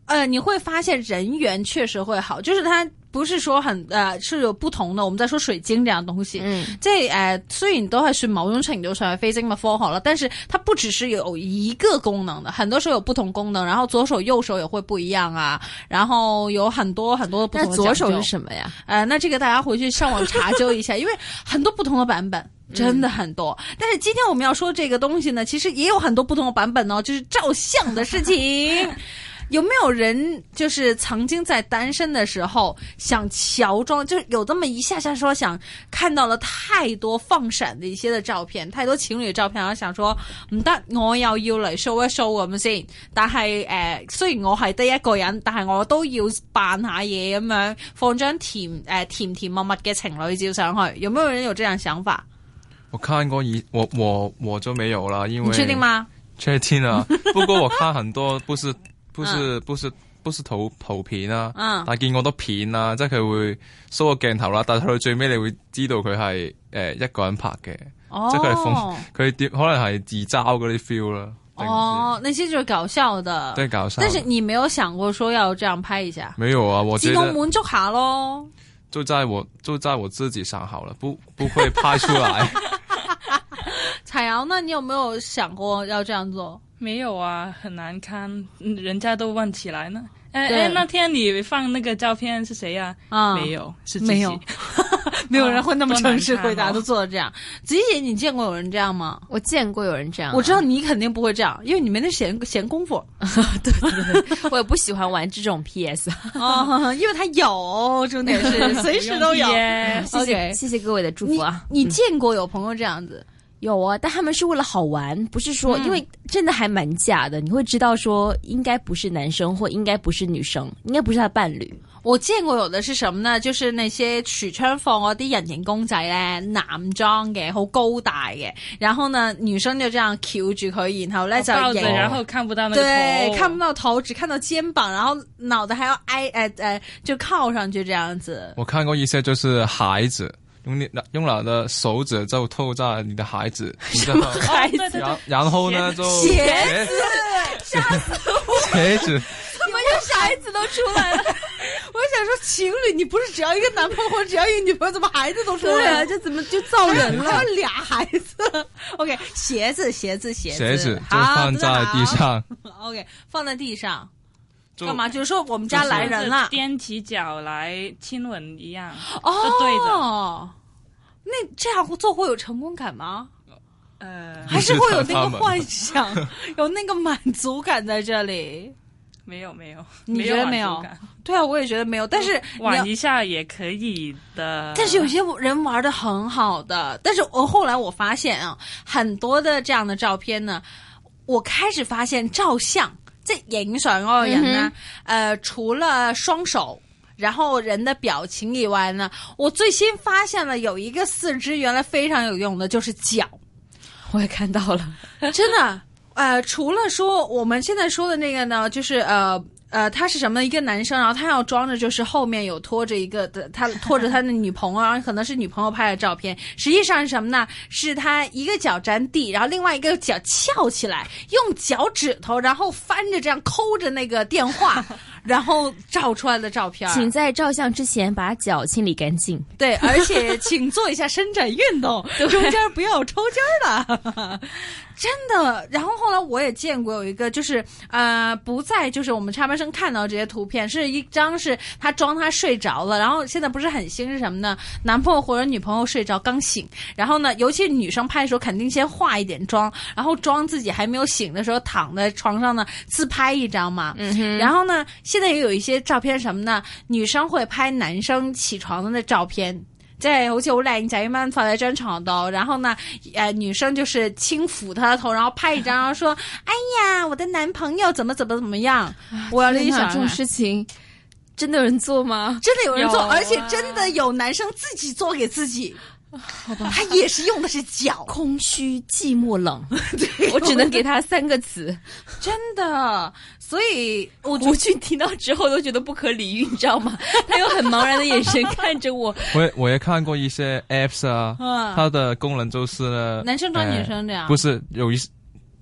呃，你会发现人缘确实会好，就是它不是說很呃是有不同的。我們在說水晶這樣東西，嗯，即係誒雖然都係算某種程度上係非精密科學了，但是它不只是有一個功能的，很多時候有不同功能，然後左手右手也會不一樣啊，然後有很多很多不同的講究。 那左手是什麼呀？ 呃，那這個大家回去上網查究一下，因為很多不同的版本。真的很多、嗯、但是今天我們要說這個東西呢，其實也有很多不同的版本哦，就是照相的事情。有沒有人就是曾經在單身的時候想喬裝，就是有這麼一下下說想看到了太多放閃的一些的照片，太多情侶的照片，然後想說唔得，我又要嚟 show 一 show 咁先。但係誒、呃，雖然我係得一個人，但係我都要扮下嘢咁樣，放張甜誒、呃、甜甜蜜蜜嘅情侶照上去。有沒有人有這樣想法？ 我看過一我我我就沒有了，因為你確定嗎？ 確定啊，不過我看很多不是。不是不是不是圖圖片啊，嗯、但係見過多片啊，即係佢會 show 個鏡頭啦，但係去到最尾你會知道佢係誒一個人拍嘅，哦、即係佢係放佢點可能係自嘲嗰啲 feel 啦。 哦，那些就是搞笑的， 對搞笑。 但是你沒有想過說要這樣拍一下？ 沒有啊，我覺得自我滿足下咯， 就在我就在我自己想好了，不不會拍出來。 彩瑤呢？你有沒有想過要這樣做？ 沒有啊，很難看，人家都問起來呢。哎哎，那天你放那個照片是誰呀、啊？啊，沒有，是自己。 沒有，沒有人會那麼誠實回答，都做到這樣。子怡姐，你見過有人這樣嗎？ 我見過有人這樣、啊。 我知道你肯定不會這樣，因為你沒那閒閒功夫。 對對對，我也不喜歡玩這種 P S。 哦，因為他有，重點是隨時都有。 謝謝、okay. 謝謝各位的祝福啊！ 你，你見過有朋友這樣子？ 有啊，但他們是為了好玩，不是說、嗯、因為真的還蠻假的，你會知道說應該不是男生或應該不是女生，應該不是他的伴侶。 我見過有的是什麼呢？就是那些櫥窗放嗰啲人形公仔咧，男裝嘅，好高大嘅，然後呢女生就這樣翹住佢，然後咧就影，然後看不到那個頭， 對，看不到頭，只看到肩膀，然後腦袋還要挨，誒誒，就靠上去這樣子。 我看過一些就是孩子。用你用了的手指就透在你的孩子， 什麼孩子？ 然然後呢就鞋子，嚇死我！ 鞋子， 怎麼有小孩子都出來了？我想說情侶，你不是只要一個男朋友或者只要一個女朋友，怎麼孩子都出來了？ 這怎麼就造人了？ 還有倆孩子。OK，鞋子，鞋子，鞋子， 鞋子就放在地上。 OK，放在地上。幹嘛？就是說我們家來人了， 踮起腳來親吻一樣， 哦， 就對着。 那這樣做會有成功感嗎？呃，還是會有那個幻想，有那個滿足感在這裡。 沒有，沒有， 你覺得沒有？對啊，我也覺得沒有。但是玩一下也可以的。 但是有些人玩得很好的，但是我後來我發現啊，很多的這樣的照片呢，我開始發現照相即係影相嗰個人呢，嗯、呃，除了雙手。然後人的表情以外呢，我最新發現了有一個四肢原來非常有用的，就是腳。 我也看到了， 真的。呃，除了說我們現在說的那個呢，就是呃呃，他是什麼一個男生，然後他要裝着就是後面有拖着一個的，他拖着他的女朋友，然後可能是女朋友拍的照片。實際上是什麼呢？是他一個腳沾地，然後另外一個腳翹起來，用腳趾頭，然後翻着這樣摳着那個電話。然後照出來的照片， 請在照相之前把腳清理乾淨。 對，而且請做一下伸展運動，中間不要有抽筋的。真的。然後後來我也見過有一個，就是呃不在就是我們插班生看到這些圖片，是一張是他裝他睡着了，然後現在不是很新是什麼呢？男朋友或者女朋友睡着剛醒，然後呢，尤其女生拍的時候肯定先化一點妝，然後裝自己還沒有醒的時候躺在床上呢自拍一張嘛。嗯哼。然後呢。現在也有一些照片什麼呢？女生會拍男生起床的那照片，即係好似好靚仔咁樣放在張床度，然後呢，呃，女生就是輕撫他的頭，然後拍一張，然後說：“哎呀，我的男朋友怎麼怎麼怎麼樣？”我要理想這種事情，真的有人做嗎？ 真的有人做，而且真的有男生自己做給自己。好吧，他也是用的是腳， 空虛、寂寞、冷。對，我只能給他三個詞， 真的。所以我吳俊聽到之後都覺得不可理喻，你知道嗎？他用很茫然的眼神看着我。 我也我也看過一些 apps 啊，嗯、它的功能就是呢， 男生裝女生這樣， 呃、不是有一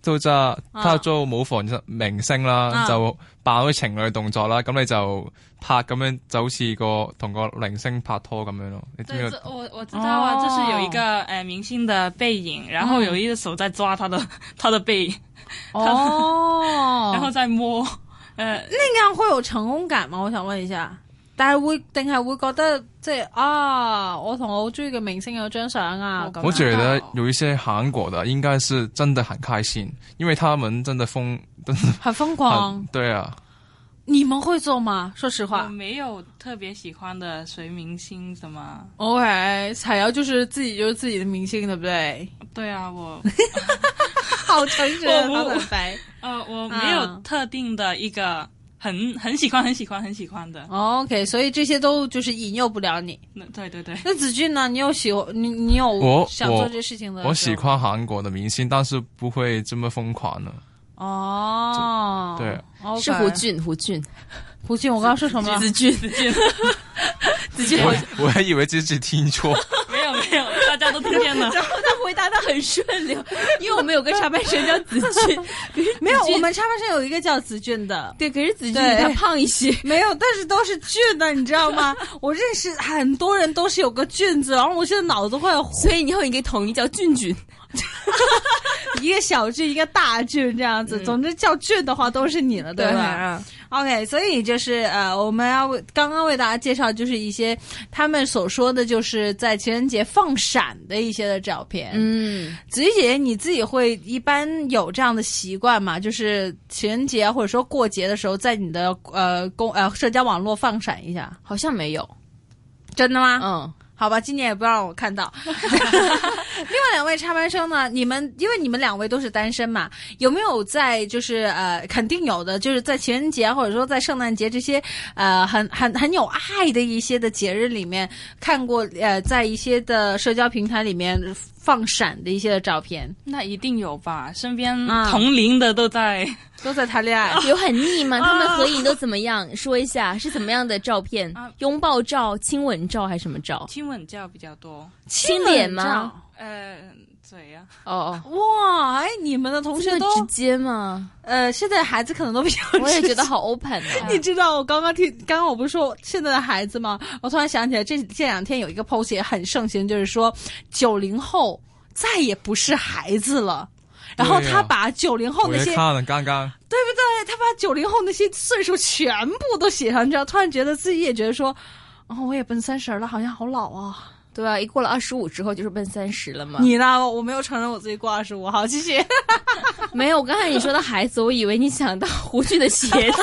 都揸他做模仿明星啦，啊、就扮嗰啲情侶動作啦，咁你就拍咁樣就好似個同個明星拍拖咁樣咯。你知唔知？ 我我知道啊，哦、就是有一個誒、呃、明星的背影，然後有一個手在抓他的、嗯、他的背， 哦， 然後再摸。誒、呃， 呢樣會有成功感嗎？我想問一下。但係會定係會覺得即係啊，我同我好中意嘅明星有張相啊。 我覺得有一些韓國的應該是真的很開心，因為他們真的瘋，真的很瘋狂。 對啊， 你們會做嗎？說實話， 我沒有特別喜歡的誰明星什麼。 OK， 彩瑤就是自己就是自己的明星，對不對？ 對啊，我好誠實，好坦白。 呃，我沒有特定的一個。很很喜歡很喜歡很喜歡的、 oh, OK， 所以這些都就是引誘不了你。 對對對。 那子俊呢？你有喜歡你你有想做這事情的？ 我我喜歡韓國的明星，但是不會這麼瘋狂的。 哦， 對， okay 是胡俊胡俊胡俊，我剛剛說什麼？ 子俊子俊子俊， 我我還以為自己聽錯。 沒有沒有，大家都聽見了。 然後他回答得很順溜，因為我們有個插班生叫子俊， 沒有，我們插班生有一個叫子俊的。 對，可是子俊比他胖一些。 沒有，但是都是俊的，你知道嗎？我認識很多人都是有個俊字，然後我現在腦子會， 所以以後你可以統一叫俊俊。 一個小俊，一個大俊，這樣子。嗯、總之叫俊的話都是你了，對吧？對 OK， 所以就是呃，我們要剛剛為大家介紹，就是一些他們所說的，就是在情人節放閃的一些的照片。嗯，子怡姐姐，你自己會一般有這樣的習慣嗎？就是情人節或者說過節的時候，在你的呃公呃社交網絡放閃一下？ 好像沒有， 真的嗎？ 嗯。 好吧，今年也不讓我看到。另外兩位插班生呢？你們因為你們兩位都是單身嘛，有沒有在就是呃肯定有的，就是在情人節或者說在聖誕節這些呃很很很有愛的一些的節日裡面，看過呃在一些的社交平台裡面放閃的一些的照片？ 那一定有吧，身邊同齡的都在、啊、 都在談戀愛， 有很膩嗎？他們合影都怎麼樣？說一下是怎麼樣的照片？啊、擁抱照、親吻照還是什麼照？ 親吻照比較多。 親臉嗎？ 呃，嘴呀、 啊。哦哦， 哇，哎，你們的同學都直接嗎？ 呃，現在的孩子可能都比較直接， 我也覺得好 open 啊。 你知道我剛剛聽，剛剛我不是說現在的孩子嗎？我突然想起來，這這兩天有一個 post 也很盛行，就是說九零後再也不是孩子了。然後他把九零後那些， 看了剛剛， 對不對？他把九零後那些歲數全部都寫上，你知道？突然覺得自己也覺得說，哦，我也奔三十了，好像好老啊。 對啊，一過了二十五之後就是奔三十了嘛。 你呢？我沒有承認我自己過二十五，好，繼續。 沒有，我剛才你說的孩子，我以為你想到胡俊的鞋子。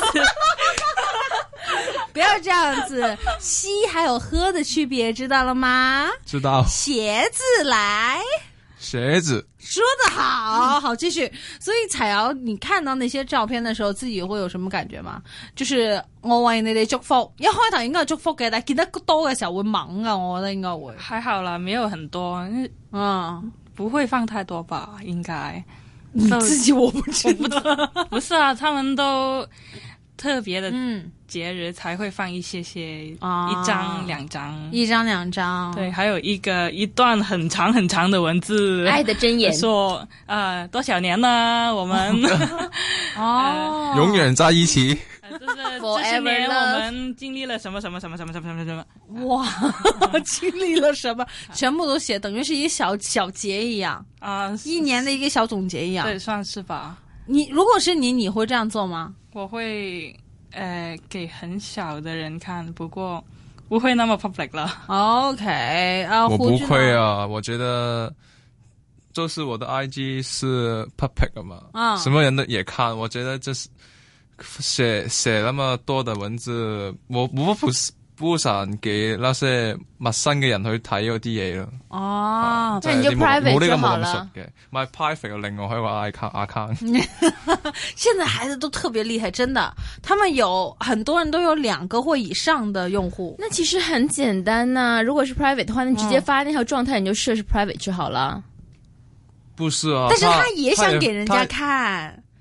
不要這樣子，吸還有喝的區別，知道了嗎？ 知道。 鞋子來。 鞋子說得好，好繼續。所以彩瑤，你看到那些照片的時候，自己會有什麼感覺嗎？就是我為你哋祝福，一開頭應該係祝福嘅，但係見得多嘅時候會猛啊，我覺得應該會。 還好啦，沒有很多，嗯，不會放太多吧？應該你自己我不知道， 不，不是啊，他們都特別的節日才會放一些些，嗯、一張兩張， 一張兩張， 對，還有一個一段很長很長的文字， 愛的箴言， 說呃多少年了，我們哦， 永遠在一起， 就是這些年我們經歷了什麼什麼什麼什麼什麼什麼什麼， 哇，經歷了什麼，全部都寫，等於是一個小小節一樣啊，一年的一個小總結一樣， 對，算是吧。 你如果是你，你會這樣做嗎？ 我會。呃，給很小的人看，不過不會那麼 public 了。 OK，啊， 我不會啊，我覺得就是我的 I G 是 public 的嘛，啊，什麼人都也看，我覺得這是寫寫那麼多的文字，我我不不想給那些陌生嘅人去睇嗰啲嘢咯。 哦， 那你就 private 就好了。 My private 另外可以話 account。 現在孩子都特別厲害，真的，他們有很多人都有兩個或以上的用戶。 那其實很簡單呐、啊，如果是 private 的話，你直接發那條狀態，你就設是 private 就好了。 不是啊， 但是他也想給人家看。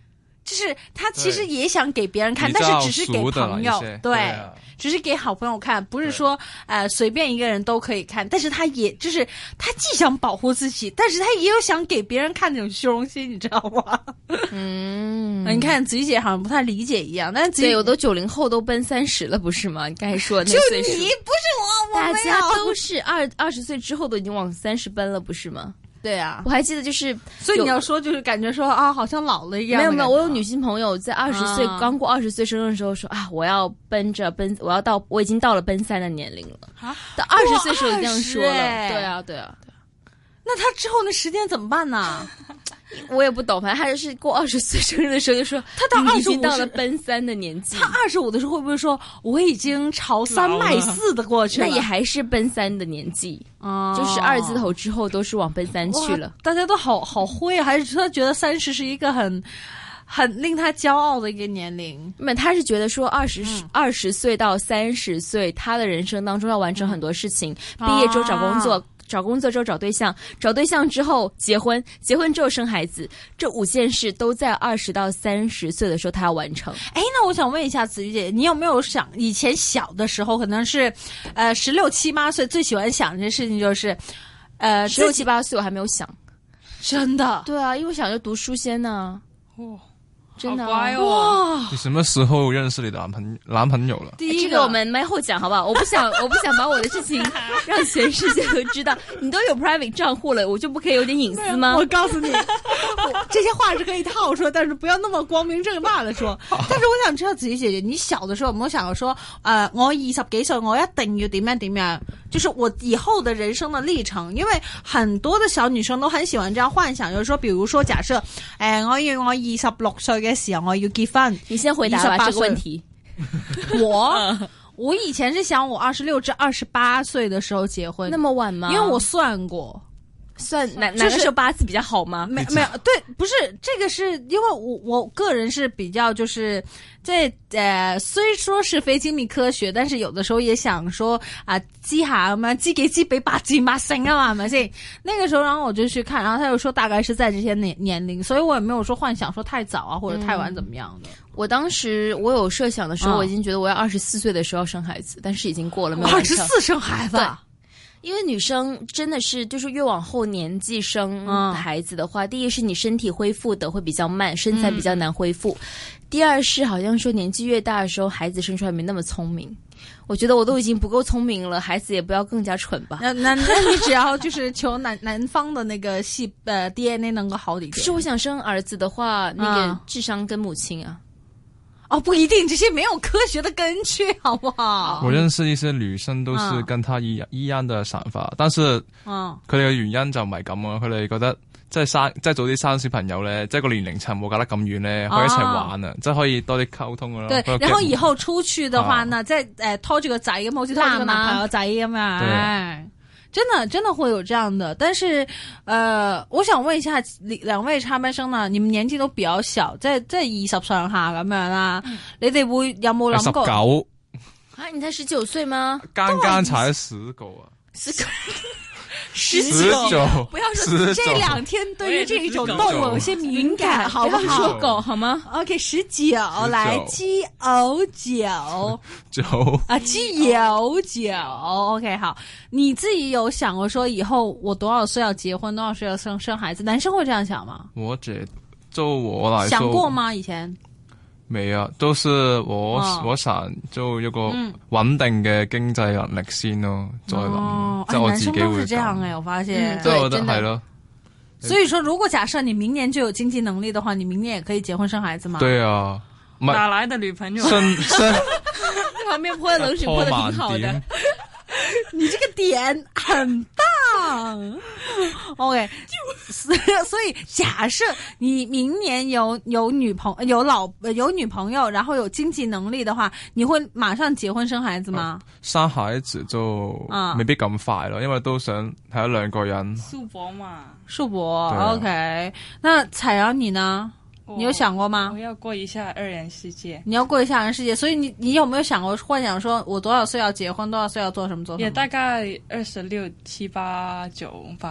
就是他其实也想给别人看，但是只是给朋友，对，对啊，只是给好朋友看，不是说呃随便一个人都可以看。但是他也就是他既想保护自己，但是他也有想给别人看那种虚荣心，你知道吗？嗯，你看子怡姐好像不太理解一样，但是对，有的九零后都奔三十了，不是吗？你刚才说的那岁数， 就你不是我，我大家都是二二十岁之后都已经往三十奔了，不是吗？ 对啊， 我还记得就是， 所以你要说就是感觉说啊，好像老了一样。 没有没有，我有女性朋友在二十岁刚过二十岁生日的时候说啊，我要奔着奔，我要到，我已经到了奔三的年龄了。啊，到二十岁时候这样说了。对啊对啊对啊。 那他之后的时间怎么办呢？ 我也不懂，反正他就是过二十岁生日的时候就说， 他到二十五已经到了奔三的年纪。 他二十五的时候会不会说我已经朝三迈四的过去了？ 那也还是奔三的年纪，哦，就是二字头之后都是往奔三去了。 大家都好好灰啊，还是他觉得三十是一个很很令他骄傲的一个年龄？ 那他是觉得说二十二十岁到三十岁，他的人生当中要完成很多事情，嗯、毕业之后找工作。啊找工作之后找对象，找对象之后结婚，结婚之后生孩子，这五件事都在二十到三十岁的时候他要完成。 哎，那我想问一下子瑜姐，你有没有想以前小的时候，可能是呃十六七八岁最喜欢想这件事情就是，呃十六七八岁我还没有想， 真的？ 对啊，因为我想着读书先呢、啊。哦。真的、啊、 好乖哦！ 你什么时候认识你的男朋男朋友了？ 第一个，这个我们麦后讲好不好？我不想，我不想把我的事情让全世界都知道。你都有 private 账户了，我就不可以有点隐私吗？ 我告诉你，这些话是可以套说，但是不要那么光明正大的说。但是我想知道子怡姐姐，你小的时候有没有想过说，呃，我二十幾歲，我一定要點樣點樣？就是我以後的人生的歷程，因為很多的小女生都很喜歡這樣幻想，就是說，比如說假設，誒、呃，我要我二十六歲嘅時候我要結婚， 你先回答吧這個問題。 我我以前是想我二十六至二十八歲的時候結婚， 那麼晚嗎？ 因為我算過。 算哪哪個時候八字比較好嗎？ 沒沒有，對，不是這個是因為我我個人是比較就是在呃，雖說是非精密科學，但是有的時候也想說啊，知下咁樣知幾知比八字嘛成啊嘛，係咪先？那個時候，然後我就去看，然後他又說大概是在這些年年齡，所以我也沒有說幻想說太早啊或者太晚怎麼樣的。 嗯、我當時我有設想的時候，我已經覺得我要二十四歲的時候要生孩子，但是已經過了沒有完成。 二十四生孩子。對， 因為女生真的是，就是越往後年紀生孩子的話，嗯、第一是你身體恢復的會比較慢，身材比較難恢復；嗯、第二是好像說年紀越大的時候，孩子生出來沒那麼聰明。我覺得我都已經不夠聰明了，孩子也不要更加蠢吧。 那那那你只要就是求男男方的那個系呃 D N A 能夠好一點。 可是我想生兒子的話，那個智商跟母親啊。 哦，不一定，這些沒有科學的根據，好不好？ 我認識一些女生都是跟他一樣、嗯、一樣的想法，但是，嗯，佢哋嘅原因就唔係咁啊，佢哋覺得即係生即係早啲生小朋友咧，即係個年齡層冇隔得咁遠咧，可以一齊玩啊，即係可以多啲溝通噶咯。 對，然後以後出去的話呢，即係誒拖住個仔咁，好似拖住個男朋友仔咁樣，哎。真的真的會有這樣的，但是，呃，我想問一下兩位插班生呢，你們年紀都比較小，即係即係二十上下咁樣啦，嗯、你哋會有冇諗過？ 十九啊，你才十九歲嗎？ 剛剛才十個啊， 十個。 十九，不要說這兩天對於這種動物有些敏感，好不好？ 不要說狗好嗎 ？OK， 十九，來雞偶九九啊，雞偶九 ，OK， 好。你自己有想過說以後我多少歲要結婚，多少歲要生生孩子？男生會這樣想嗎？ 我覺就我來說， 想過嗎？以前？ 沒有，都是我、哦、我想就一個穩定嘅經濟能力先咯，嗯、再諗。即係、哦、我自己會。男生都是這樣誒，我發現。 嗯、對，我覺得係咯。 所以說，如果假設你明年就有經濟能力的話，你明年也可以結婚生孩子嗎？ 對啊。 哪來的女朋友？ 生生。 旁邊潑冷水潑得挺好的。 你這個點很棒，OK。所以假設你明年有有女朋友有老有女朋友，然後有經濟能力的話，你會馬上結婚生孩子嗎？ 呃、生孩子就未必咁快咯，因為都想睇一兩個人。 叔伯嘛， 叔伯、啊、，OK。那彩瑤你呢？你有想過嗎？ 我要過一下二人世界。 你要過一下二人世界，所以你你有沒有想過幻想說，我多少歲要結婚，多少歲要做什麼做什麼？ 也大概二十六七八九吧。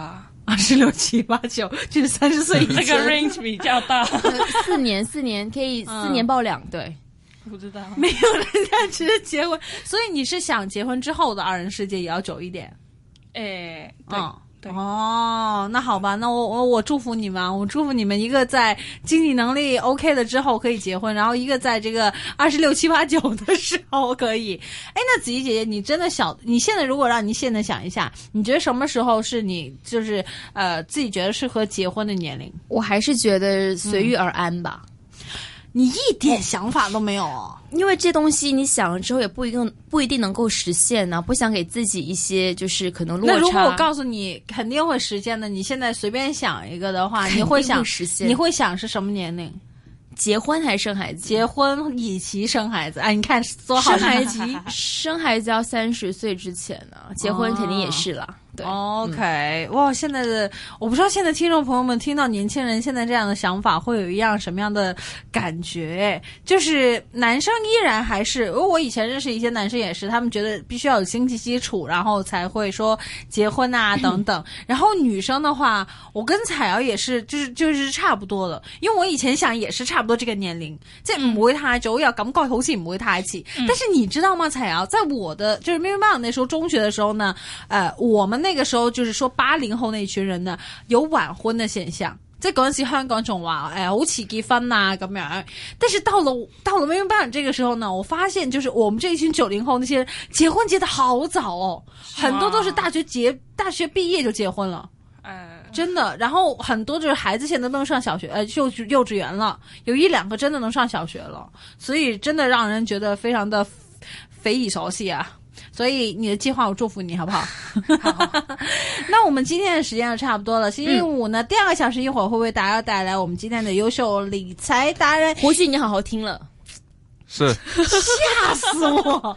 二十六七八九，就是三十岁以前。 这个 range 比较大。 四年，四年可以四年报两对。 不知道， 没有人家直接结婚，所以你是想结婚之后的二人世界也要久一点？ 诶，对。 嗯对哦，那好吧，那我我我祝福你们，我祝福你们一个在经济能力 OK 了之后可以结婚，然后一个在这个二十六七八九的时候可以。哎，那子怡姐姐，你真的小，你现在如果让你现在想一下，你觉得什么时候是你就是呃自己觉得适合结婚的年龄？ 我还是觉得随遇而安吧。 嗯，你一点想法都没有哦， 因为这东西你想了之后也不一定不一定能够实现呢、啊，不想给自己一些就是可能落差。 那如果我告诉你肯定会实现的，你现在随便想一个的话，你会想实现？ 你会想是什么年龄？ 结婚还是生孩子？ 结婚以及生孩子。哎，你看多好， 生孩子生孩子要三十岁之前呢、啊，结婚肯定也是啦。哦对 OK， 嗯、哇，现在的我不知道现在听众朋友们听到年轻人现在这样的想法会有一样什么样的感觉？就是男生依然还是，因为我以前认识一些男生也是，他们觉得必须要有经济基础，然后才会说结婚啊等等。然后女生的话，我跟彩瑶也是，就是就是差不多的，因为我以前想也是差不多這個年齡，即係唔會太早，又感覺好似唔會太遲。但是你知道嗎，彩瑤，在我的就是咪咪媽那時候中學的時候呢，呃，我們那個時候就是說八零後那群人呢有晚婚的現象。即係嗰陣時香港仲話誒好遲結婚啊咁樣，但是到了到了咪咪班這個時候呢，我發現就是我們這一群九零後那些人結婚結得好早哦，很多都是大學結大學畢業就結婚了。呃，真的，然後很多就是孩子現在都能上小學，呃，幼稚幼稚園了，有一兩個真的能上小學了，所以真的讓人覺得非常的匪夷所思啊。所以你的計劃我祝福你，好不好？好。那我們今天的時間就差不多了。星期五呢，嗯、第二個小時一會兒會為大家帶來我們今天的優秀理財達人。 胡旭，你好好聽了。 是嚇死我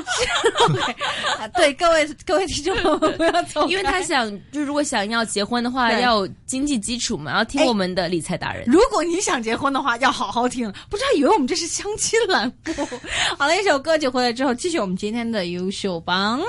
！OK， 對各位各位聽眾朋友們不要走開， 因為他想就如果想要結婚的話，要有經濟基礎嘛，要聽我們的理財達人。 如果你想結婚的話，要好好聽。不知道以為我們這是相親欄目。好了，一首歌曲回來之後，繼續我們今天的優秀榜。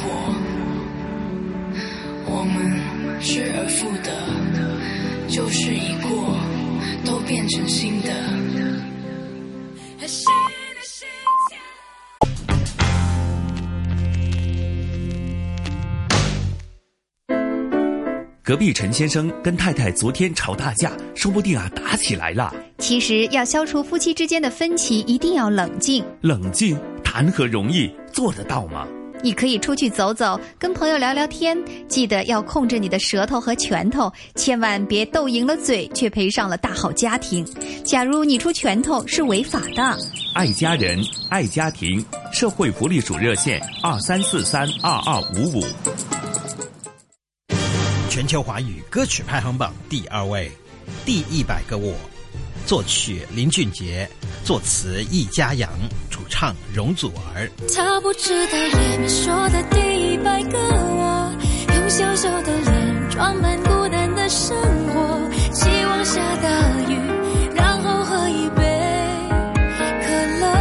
过，我们失而复得，旧事已过，都变成新的。 隔壁陈先生跟太太昨天吵大架，说不定啊打起来了。 其实要消除夫妻之间的分歧，一定要冷静。 冷静谈何容易，做得到吗？ 你可以出去走走，跟朋友聊聊天，记得要控制你的舌头和拳头，千万别斗赢了嘴，却赔上了大好家庭。假如你出拳头是违法的。 爱家人，爱家庭，社会福利署热线二三四三二二五五。 全球华语歌曲排行榜第二位，第一百个我，作曲林俊杰，作词易家扬，主唱容祖儿。 他不知道里面说的第一百个我，用小小的脸装满孤单的生活，希望下大雨，然后喝一杯可乐，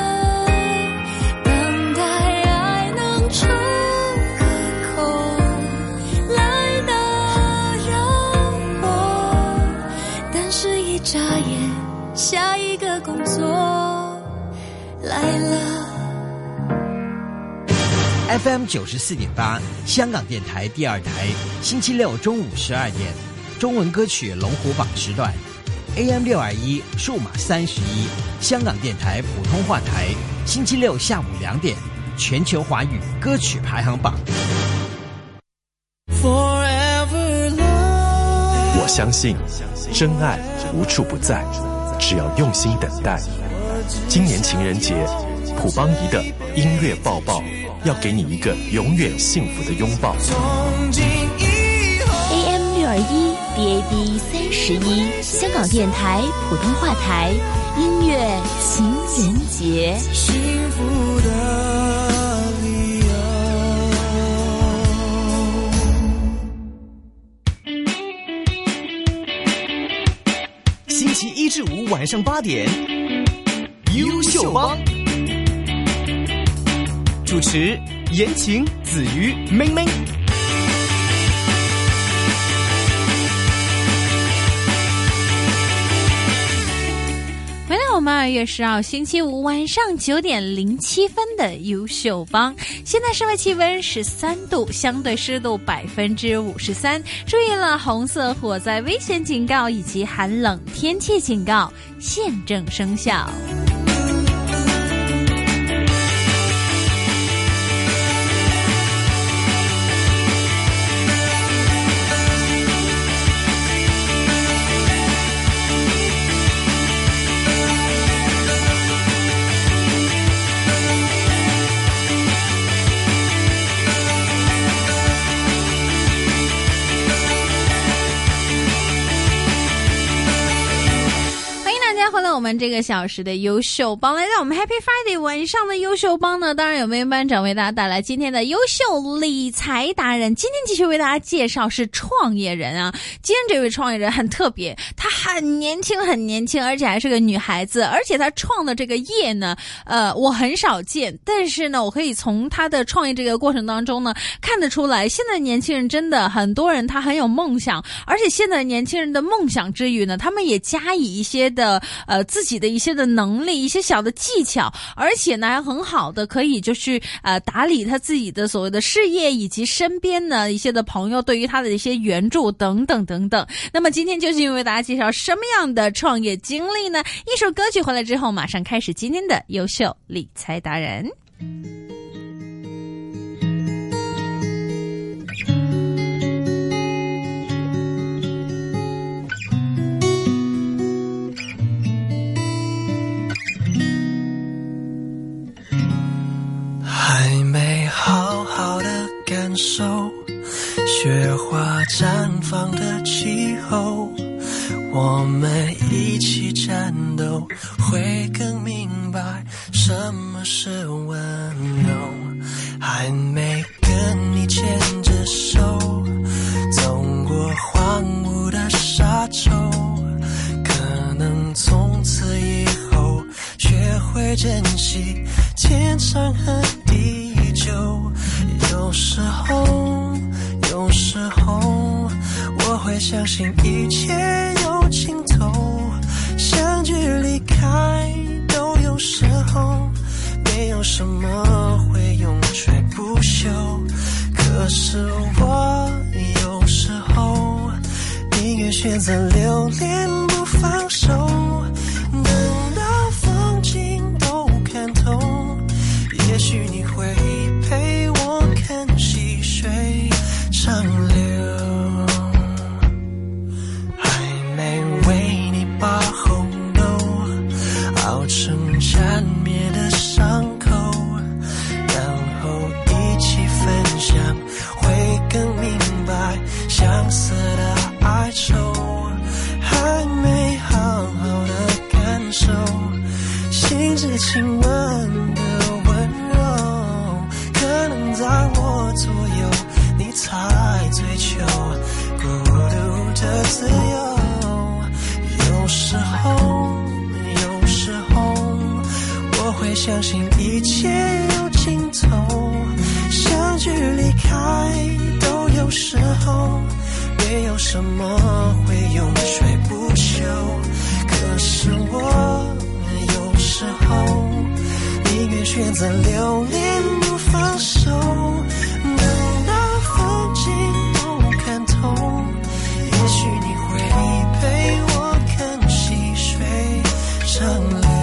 等待爱能出个口来打扰我，但是一眨眼下一个工作来了。 F M 九十四点八，香港电台第二台，星期六中午十二点，中文歌曲龙虎榜时段 ，A M 六二一，数码三十一，香港电台普通话台，星期六下午两点，全球华语歌曲排行榜。 我相信，真爱无处不在，只要用心等待。今年情人节，朴邦仪的音乐抱抱，要给你一个永远幸福的拥抱。 A M 六二一 D A B 三十一，香港电台普通话台，音乐情人节。 幸福的理由。 星期一至五晚上八点，优秀帮。主持言情、子瑜、明明。 回到我们二月十号星期五晚上九点零七分的优秀帮，现在室外气温十三度，相对湿度百分之五十三。注意了，红色火灾危险警告以及寒冷天气警告现正生效。回来我们这个小时的优秀帮，来到我们 Happy Friday 晚上的优秀帮呢，当然有梅班长为大家带来今天的优秀理财达人。今天继续为大家介绍是创业人啊，今天这位创业人很特别，她很年轻很年轻，而且还是个女孩子，而且她创的这个业呢，呃，我很少见，但是呢，我可以从她的创业这个过程当中呢，看得出来，现在年轻人真的很多人他很有梦想，而且现在年轻人的梦想之余呢，他们也加以一些的呃自己的一些的能力，一些小的技巧，而且呢还很好的可以就是呃打理他自己的所谓的事业，以及身边呢一些的朋友对于他的一些援助等等等等。那么今天究竟为大家介绍什么样的创业经历呢？一首歌曲回来之后，马上开始今天的优秀理财达人。 还没好好的感受雪花绽放的气候，我们一起战斗，会更明白什么是温柔。还没跟你牵着手走过荒芜的沙洲，可能从此以后学会珍惜天长和地久。有有时候有时候我会相信一切有尽头，相聚离开都有时候，没有什么会永垂不朽。可是我有时候宁愿选择留恋不放手，等到风景都看透，也许你会陪我看细水长流。还没为你把红豆熬成缠绵的伤口，然后一起分享，会更明白相思的哀愁。还没好好的感受心之亲吻的温柔，可能在我左右你才追求孤独的自由。有时候有时候我会相信一切有尽头，相聚离开都有时候，没有什么会永垂不朽。可是我有时候宁愿选择留恋不放手，等到风景都看透，也许你会陪我看细水长流。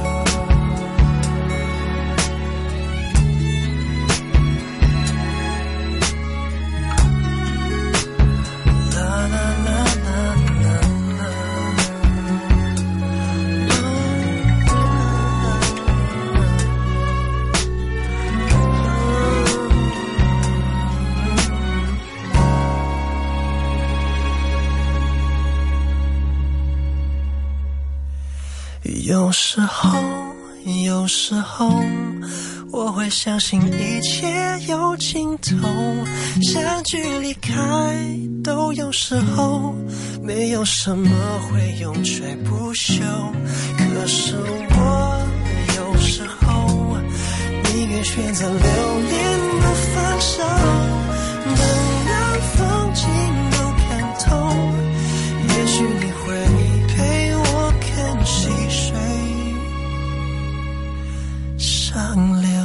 有时候有时候我会相信一切有尽头，相聚离开都有时候，没有什么会永垂不朽。可是我有时候宁愿选择留恋不放手，等到风景都看透，也许你会陪我看细水长流。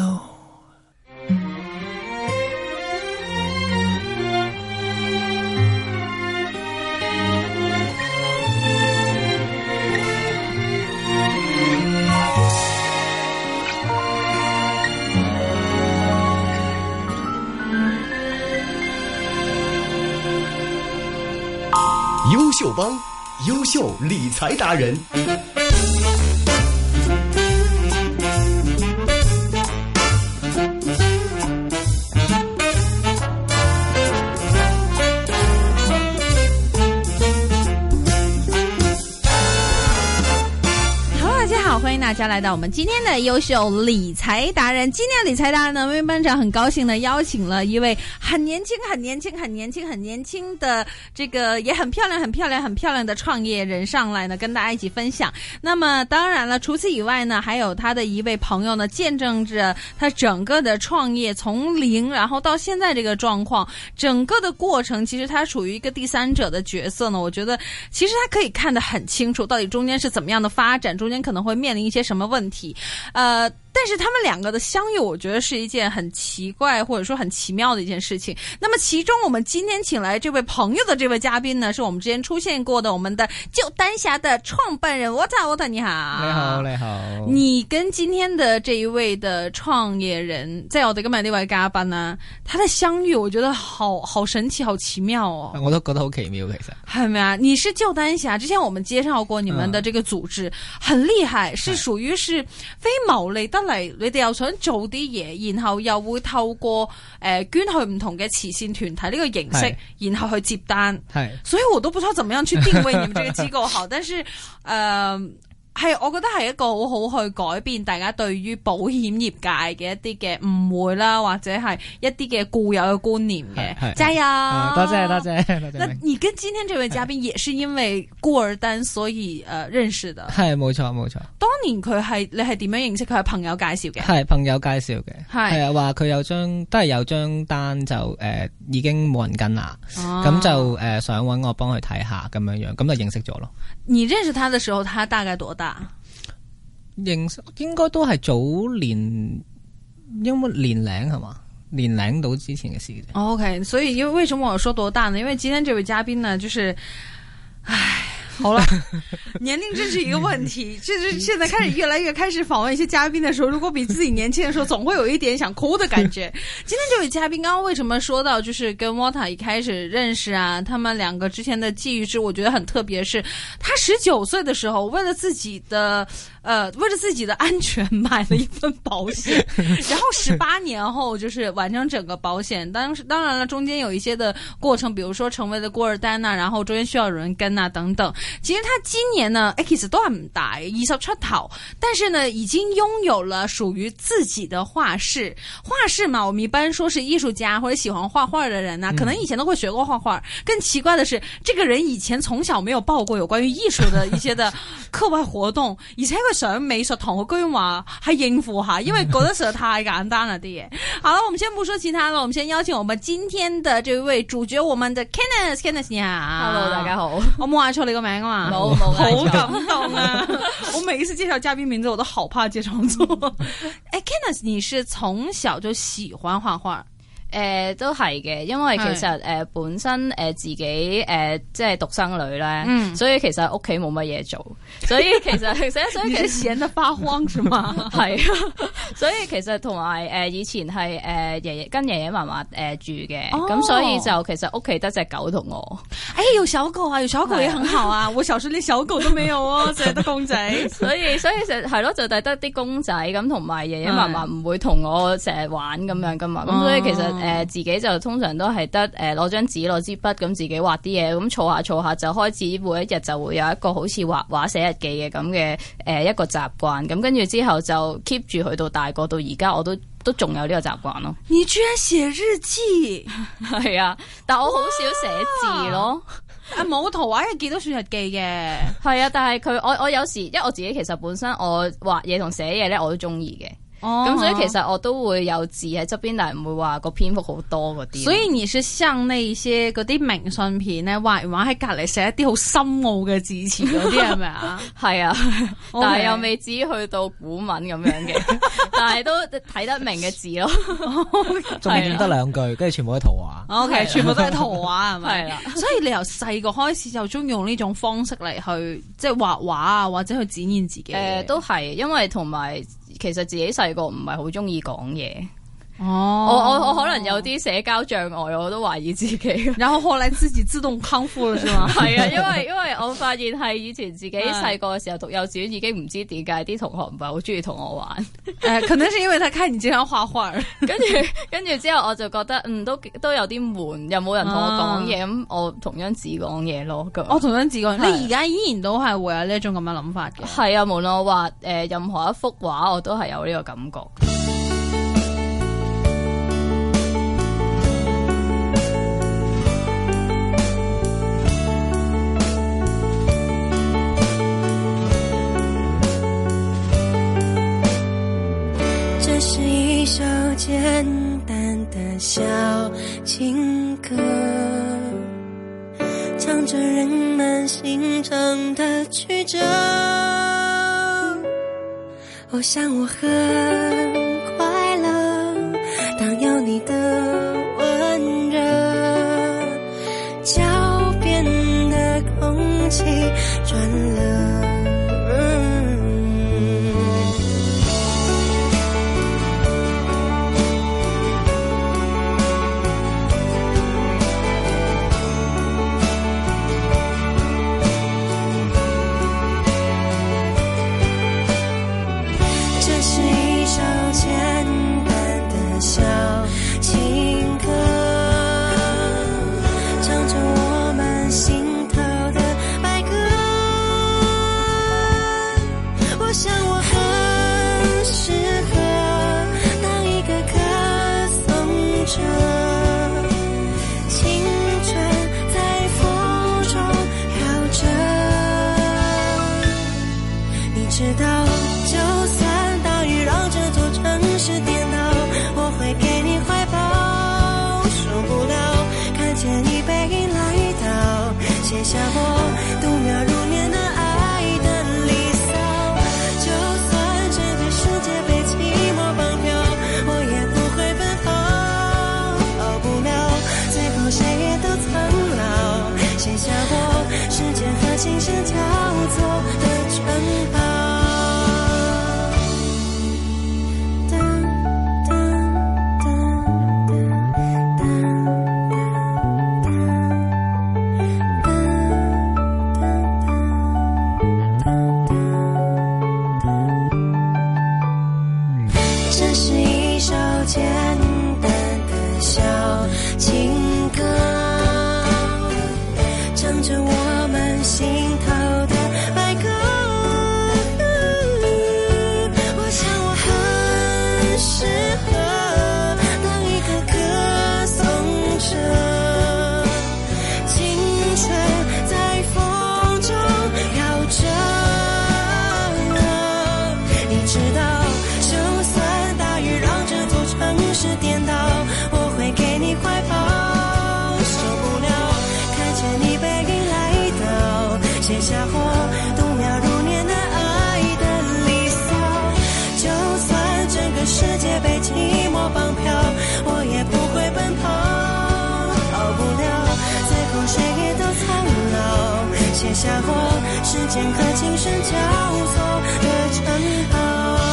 优秀帮，优秀理财达人。 欢迎大家来到我们今天的优秀理财达人。今天的理财达人呢，魏班长很高兴的邀请了一位很年轻、很年轻、很年轻、很年轻的这个也很漂亮、很漂亮、很漂亮的创业人上来呢，跟大家一起分享。那么当然了，除此以外呢，还有他的一位朋友呢，见证着他整个的创业从零，然后到现在这个状况，整个的过程，其实他处于一个第三者的角色呢。我觉得其实他可以看得很清楚，到底中间是怎么样的发展，中间可能会面临一些什么问题，呃。但是他们两个的相遇，我觉得是一件很奇怪或者说很奇妙的一件事情。那么其中我们今天请来这位朋友的这位嘉宾呢，是我们之前出现过的我们的旧丹霞的创办人 Water Water， 你好。 你好，你好。 你跟今天的这一位的創業人，即係我哋今日呢位嘉賓啊，他的相遇我覺得好好神奇好奇妙哦。 我都覺得好奇妙其實。 係咪啊？你是舊丹霞，之前我們介紹過你們的這個組織，嗯、很厲害，是屬於是非牟利得嚟，你哋又想做啲嘢，然後又會透過誒、呃、捐去唔同嘅慈善團體呢個形式，然後去接單。係，所以我都不知道怎麼樣去定位你們這個機構好，但是呃。 係，我覺得係一個好好去改變大家對於保險業界嘅一啲嘅誤會啦，或者係一啲嘅固有嘅觀念嘅。加油！ 多謝多謝多謝。 那你跟今天這位嘉賓也是因為孤兒單所以誒、呃、認識的？ 係冇錯冇錯。 當年佢係你係點樣認識佢？係朋友介紹嘅？ 係朋友介紹嘅。係係啊，話佢有張都係有張單就誒、呃、已經冇人跟啦，咁、啊、就誒、呃、想揾我幫佢睇下咁樣樣，咁就認識咗咯。 你認識他的時候，他大概多大？ 認識應該都係早年，因為年齡係嘛，年齡到之前嘅事。 OK， 所以因為為什麼我說多大呢？因為今天這位嘉賓呢，就是，唉。好了，年齡真是一個問題。就是現在開始越來越開始訪問一些嘉賓的時候，如果比自己年輕的時候，總會有一點想哭的感覺。今天這位嘉賓剛剛為什麼說到就是跟 Water 一開始認識啊？他們兩個之前的際遇是我覺得很特別，是他十九歲的時候為了自己的呃為了自己的安全買了一份保險，然後十八年後就是完成整個保險。當時當然了，中間有一些的過程，比如說成為了孤兒單啊，然後中間需要有人跟啊等等。其實他今年呢，誒，其實都係唔大，二十出頭，但是呢，已經擁有了屬於自己的畫室。畫室嘛，我們一般說是藝術家或者喜歡畫畫的人呢、啊，可能以前都會學過畫畫。嗯、更奇怪的是，這個人以前從小沒有報過有關於藝術的一些的課外活動，而且佢上美術堂，佢居然話係應付下，因為覺得實在太簡單了啲嘢。好了，我們先不說其他了，我們先邀請我們今天的這位主角，我們的 Kenneth，Kenneth 你好 ，Hello， 大家好， 我冇嗌錯你個名啊嘛。 冇冇， 好感動啊！我每一次介紹嘉賓名字，我都好怕介紹錯。哎 Kenneth 你是從小就喜歡畫畫？ 誒、呃、都係嘅，因為其實誒、呃、本身誒、呃、自己誒、呃、即係獨生女咧、嗯，所以其實屋企冇乜嘢做，所以其實其實所以其實閒得發慌是嘛？係啊，所以其實同埋誒以前係誒爺爺跟爺爺嫲嫲誒住嘅，咁、哦、所以就其實屋企得隻狗同我。 哎，有小狗啊，有小狗也很好啊！我小時連小狗都沒有哦，淨係得公仔， 所以所以就係咯，就係得啲公仔咁，同埋爺爺嫲嫲唔會同我成日玩咁樣噶嘛，咁所以其實。誒、呃、自己就通常都係得誒攞張紙攞支筆咁自己畫啲嘢，咁儲下儲下就開始每一日就會有一個好似畫畫寫日記嘅咁嘅誒一個習慣，咁跟住之後就 keep 住去到大個到而家我都都仲有呢個習慣咯。 你居然寫日記？ 係啊，但我好少寫字咯。 啊冇圖畫係幾多算日記嘅？ 係啊，但係佢我我有時因為我自己其實本身我畫嘢同寫嘢咧我都中意嘅。哦，咁所以其實我都會有字喺側邊，但係唔會話個篇幅好多嗰啲。 所以你是像那些嗰啲明信片咧，畫完畫喺隔籬寫一啲好深奧嘅字詞嗰啲係咪啊？ 係啊，但係又未至於去到古文咁樣嘅，但係都睇得明嘅字咯。 仲要得兩句，跟住全部都係圖畫。 O、okay, K， 全部都係圖畫係咪？ 係啦， 所以你由細個開始就中意用呢種方式嚟去即係畫畫啊，或者去展現自己。誒、 呃，都係，因為同埋。其實自己細個唔係好中意講嘢， 哦， 我我我可能有啲社交障礙，我都懷疑自己。 然後後來自己自動康復了，是嗎？ 係啊，因為因為我發現係以前自己細個嘅時候讀幼稚園已經唔知點解啲同學唔係好中意同我玩。 誒、呃，可能是因為他看你經常畫畫， 跟住跟住之後我就覺得嗯都都有啲悶，又冇人同我講嘢，咁、啊、我同張紙講嘢咯。 我同張紙講，你而家依然都係會有呢一種咁嘅諗法嘅。 係啊，無論我畫誒、呃、任何一幅畫，我都係有呢個感覺。 這是一首簡單的小情歌，唱着人們心腸的曲折。我想我很快樂，當有你的溫熱，腳邊的空氣轉了。這是一首簡简单的小情歌，唱着我们心头的白鸽。我想我很适合当一个歌颂者，青春在风中飘着。你知道，就算大雨让这座城市颠倒，我会给你怀抱。受不了看见你背影来到，写下或度秒如年的爱的离骚。就算整个世界被寂寞绑票，我也不会奔跑。逃不了最后谁也都苍老，写下或时间和琴声交错的城堡。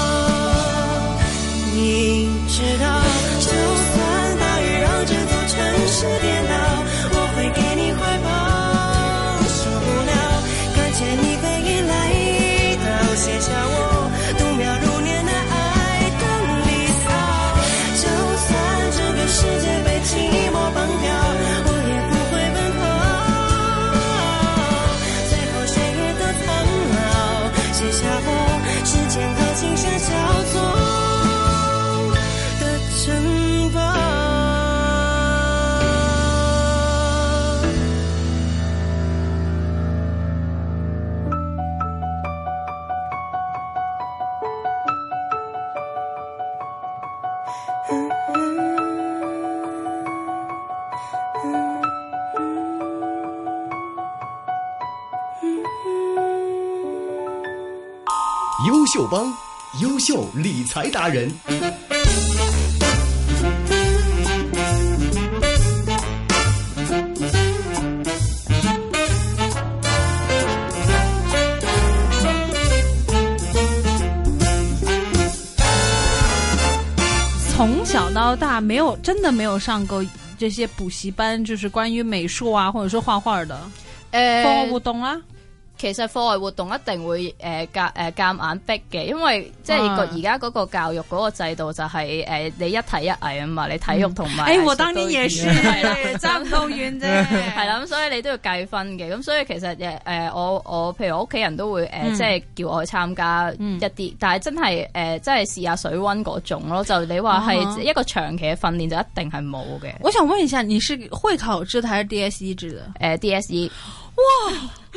你知道，就算大雨让这座城市颠倒，我会给你怀抱。受不了看见你背影来到，写下我度秒如年的爱的离骚。就算整个世界被寂寞绑票，我也不会奔跑。最后谁也都苍老，写下或时间和琴声交错城堡。 优秀帮，优秀理财达人。 从小到大没有真的没有上过这些補習班，就是關於美術啊，或者說畫畫的誒課外活動啦。 其實課外活動一定會誒夾誒夾硬逼嘅，因為即係個而家嗰個教育嗰個制度就係、是、誒、呃、你一體一藝啊嘛，你體育同埋誒我當年也是係啦，爭唔到遠啫，係啦，咁所以你都要計分嘅，咁所以其實誒誒、呃、我我譬如我屋企人都會誒、呃嗯、即係叫我去參加一啲，嗯、但係真係誒、呃、真係試下水溫嗰種咯，就你話係一個長期嘅訓練就一定係冇嘅。 我想問一下，你是會考制的還是 D S E 制的？ 誒、呃、D S E。 哇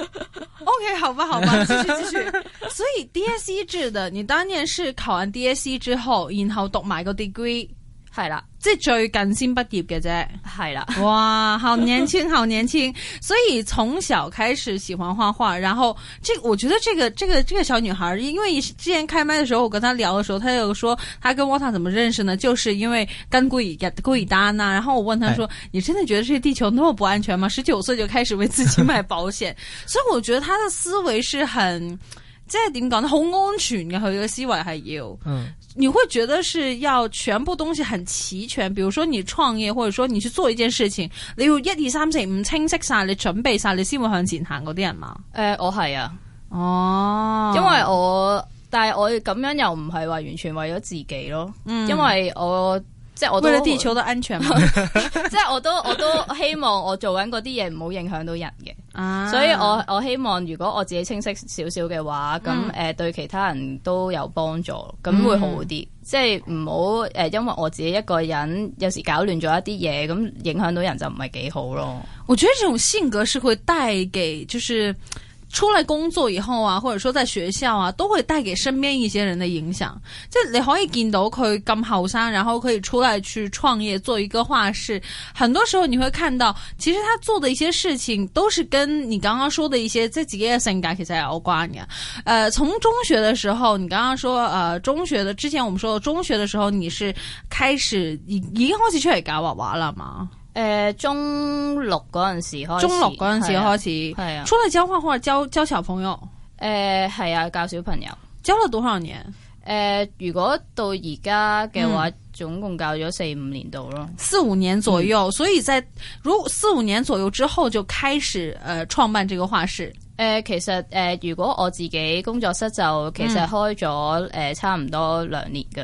，OK， 好吧，好吧，繼續繼續。所以 D S E 制的，你當年是考完 D S E 之後，然後讀埋個 degree， 係啦， 即係最近先畢業嘅啫， 係啦。 哇，好年輕，好年輕。所以從小開始喜歡畫畫，然後這個我覺得這個這個這個小女孩，因為之前開麥的時候，我跟她聊的時候，她有說她跟 Water 怎麼認識呢？就是因為跟顧以顧以丹啊。然後我問她說：“你真的覺得這個地球那麼不安全嗎？”十九歲就開始為自己買保險，所以我覺得她的思維是很。即係點講呢？好安全嘅，佢嘅思維係要。嗯，你會覺得是要全部東西很齊全，比如說你創業，或者說你去做一件事情，你要一二三四五清晰晒，你準備晒，你先會向前行嗰啲人嘛？ 誒、呃，我係啊。 哦， 因為我，但係我咁樣又唔係話完全為咗自己咯。嗯，因為我。即係我都為了地球的安全嘛，即係我都我都希望我做緊嗰啲嘢唔好影響到人嘅，啊、所以我我希望如果我自己清晰少少嘅話，咁誒、嗯呃、對其他人都有幫助，咁會好啲。嗯、即係唔好誒，因為我自己一個人有時搞亂咗一啲嘢，咁影響到人就唔係幾好咯。 我覺得這種性格是會帶給就是。出來工作以後啊，或者說在學校啊，都會帶給身邊一些人的影響。即係你可以見到佢咁後生，然後可以出來去創業，做一個畫室。很多時候你會看到，其實他做的一些事情都是跟你剛剛說的一些在自己嘅性格其實有關嘅。呃，從中學的時候，你剛剛說，呃，中學的之前我們說中學的時候，你是開始已已經開始出嚟搞畫畫啦嘛？ 誒、呃，中六嗰陣時開始， 中六嗰陣時開始， 係啊， 出嚟教畫畫，教教小朋友。 誒、呃，係啊，教小朋友， 教了多少年？ 誒、呃，如果到而家嘅話，嗯、總共教咗四五年度咯， 四五年左右。嗯、所以在如四五年左右之後，就開始誒創、呃、辦這個畫室。誒、 呃，其實誒、呃，如果我自己工作室就其實開咗誒、嗯呃、差唔多兩年噶啦。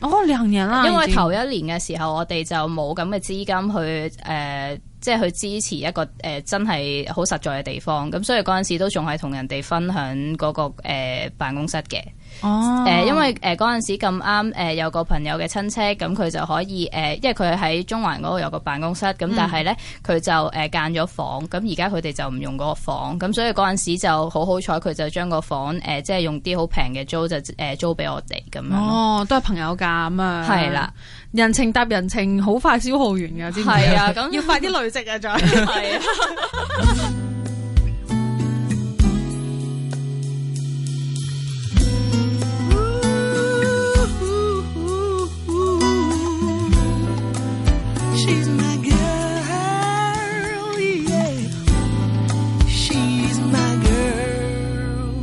哦，兩年啦， 因為頭一年嘅時候，我哋就冇咁嘅資金去誒。呃即係去支持一個誒、呃、真係好實在嘅地方，咁所以嗰陣時都仲係同人哋分享嗰、那個誒、呃、辦公室嘅。 哦，誒、 呃，因為誒嗰陣時咁啱誒有個朋友嘅親戚，咁佢就可以誒、呃，因為佢喺中環嗰度有個辦公室，咁、嗯、但係咧佢就誒間咗房，咁而家佢哋就唔用嗰個房，咁所以嗰陣時就好好彩，佢就將個房誒、呃、即係用啲好平嘅租就誒、呃、租俾我哋咁樣。 哦，都係朋友價咁啊。 係啦。 人情搭人情，好快消耗完噶，知唔知？ 係啊，咁要快啲累積啊，再係啊。 She's my girl, yeah. She's my girl.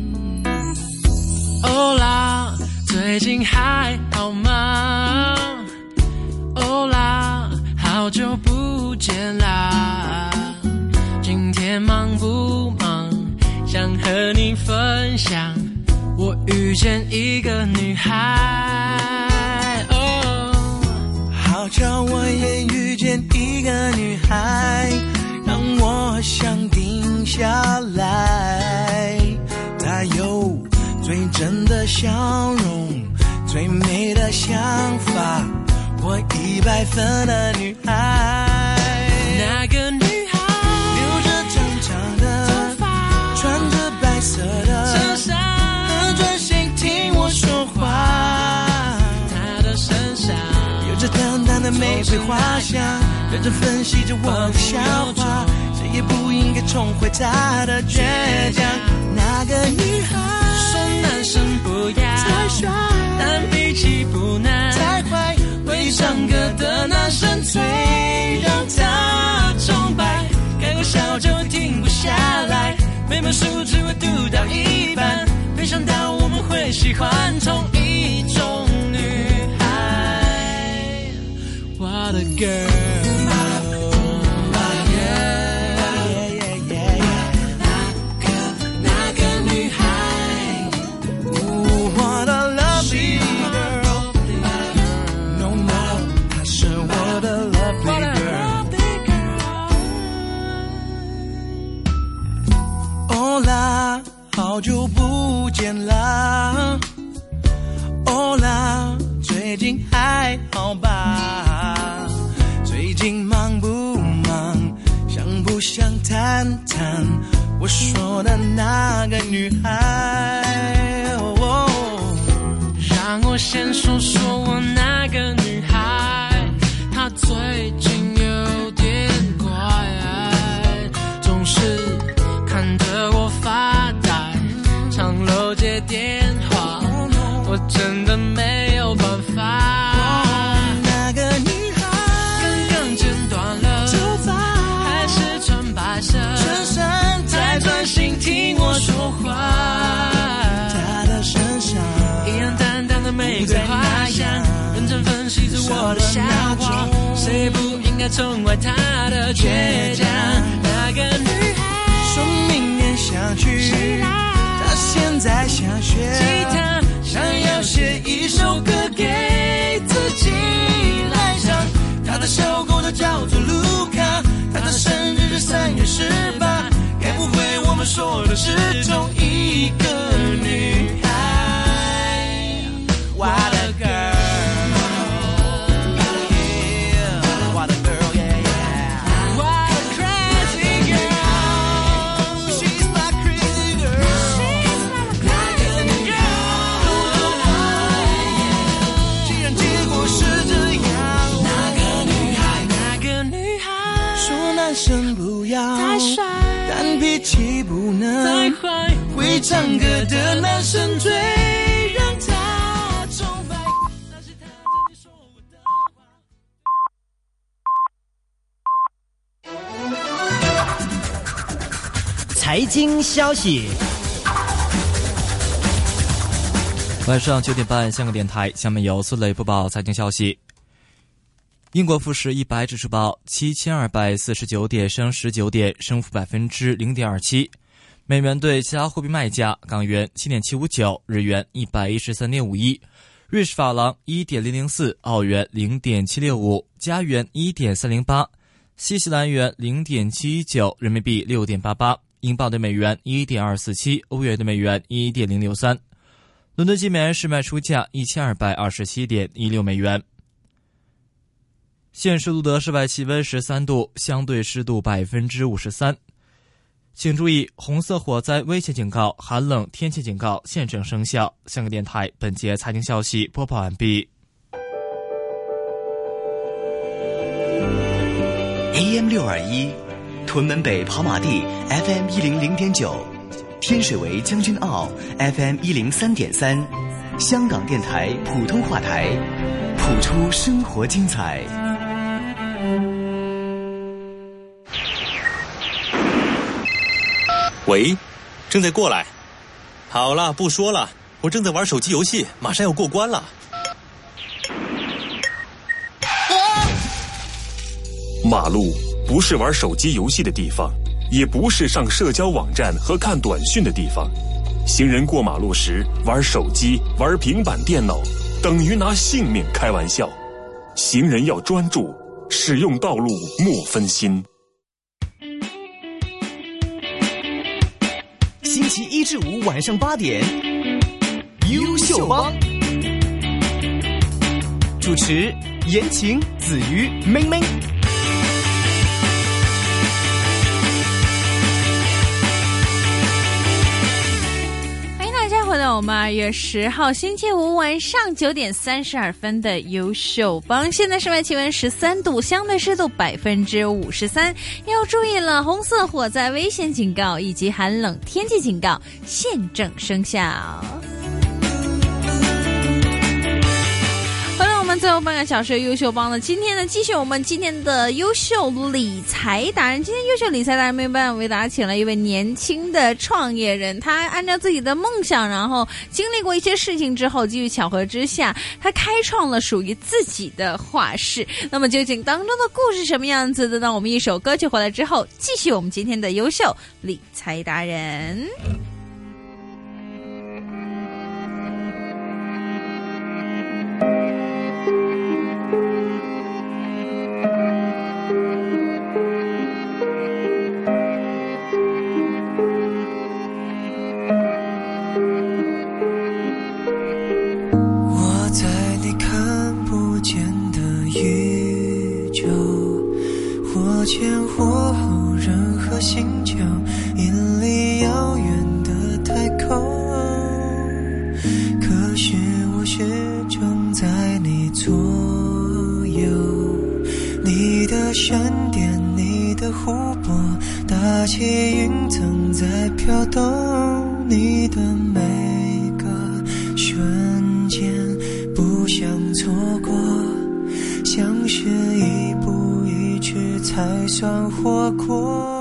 欧啦，最近还好吗？欧啦，好久不见啦！今天忙不忙？想和你分享，我遇见一个女孩。哦， 好巧，我也遇见一个女孩，让我想定下来。她有最真的笑容，最美的想法。我一百分的女孩， 那个女孩留着长长的头发，穿着白色的衬衫，很专心听我说话。 她的身上有着淡淡的玫瑰花香，认真分析着我的笑话，谁也不应该重回她的倔强。那个女孩说男生不要太帅， 但脾气不难太坏。会唱歌的男生最让他崇拜，开个笑就停不下来，每本书只会读到一半，没想到我们会喜欢同一种女孩。What a girl。好久不见啦，欧啦，最近还好吧？最近忙不忙？想不想谈谈我说的那个女孩？哦， 让我先说说我那个女孩，她最近有点怪，总是看着我发呆，常漏接电话，我真的没有办法。 那个女孩刚刚剪断了头发， 还是穿白色衬衫， 太专心听我说话。 她的身上一样淡淡的玫瑰花香，认真分析着我的笑话，谁不应该宠爱她的倔强？那个女孩说明年想去，她现在想学吉他， 想要写一首歌给自己来唱。她的小狗的叫做卢卡，她的生日是三月十八，该不会我们说的是同一个女孩？ What a girl。生不要太帅， 但脾气不能太坏， 会唱歌的男生最让他崇拜。 财经消息， 晚上九点半，香港电台，下面由孙磊播报财经消息。英国富时一百指数报七千二百四十九点，升十九点，升幅百分之零点二七。美元对其他货币卖价：港元七点七五九，日元一百一十三点五一， 瑞士法郎 一点零零四， 澳元 零点七六五， 加元 一点三零八， 新西兰元 零点七一九， 人民币 六点八八， 英镑对美元 一点二四七， 欧元对美元 一点零六三。伦敦金每安士卖出价一千二百二十七点一六美元。现时录得室外气温十三度，相对湿度百分之五十三。请注意，红色火灾危险警告、寒冷天气警告现正生效。香港电台本节财经消息播报完毕。 A M 六二一，屯门北跑马地 F M 一零零点九，天水围将军澳 F M 一零三点三，香港电台普通话台，谱出生活精彩。 喂，正在过来。好了，不说了，我正在玩手机游戏，马上要过关了。 啊！ 马路不是玩手机游戏的地方，也不是上社交网站和看短讯的地方。行人过马路时玩手机、玩平板电脑，等于拿性命开玩笑。行人要专注，使用道路莫分心。 星期一至五晚上八点，优秀帮主持言情、子瑜、妹妹。 回到我们二月十号星期五晚上九点三十二分的优秀帮，现在室外气温十三度，相对湿度百分之五十三。要注意了，红色火灾危险警告以及寒冷天气警告现正生效。最后半个小时的优秀帮呢，今天呢继续我们今天的优秀理财达人。今天优秀理财达人没办法为大家请了一位年轻的创业人，他按照自己的梦想，然后经历过一些事情之后，基于巧合之下，他开创了属于自己的画室。那么究竟当中的故事什么样子的呢？我们一首歌曲回来之后，继续我们今天的优秀理财达人。 前或后，任何星球，引力遥远的太空。可是我始终在你左右，你的闪电，你的湖泊，大气云层在飘动，你的每个瞬间不想错过，像是一步才算活过，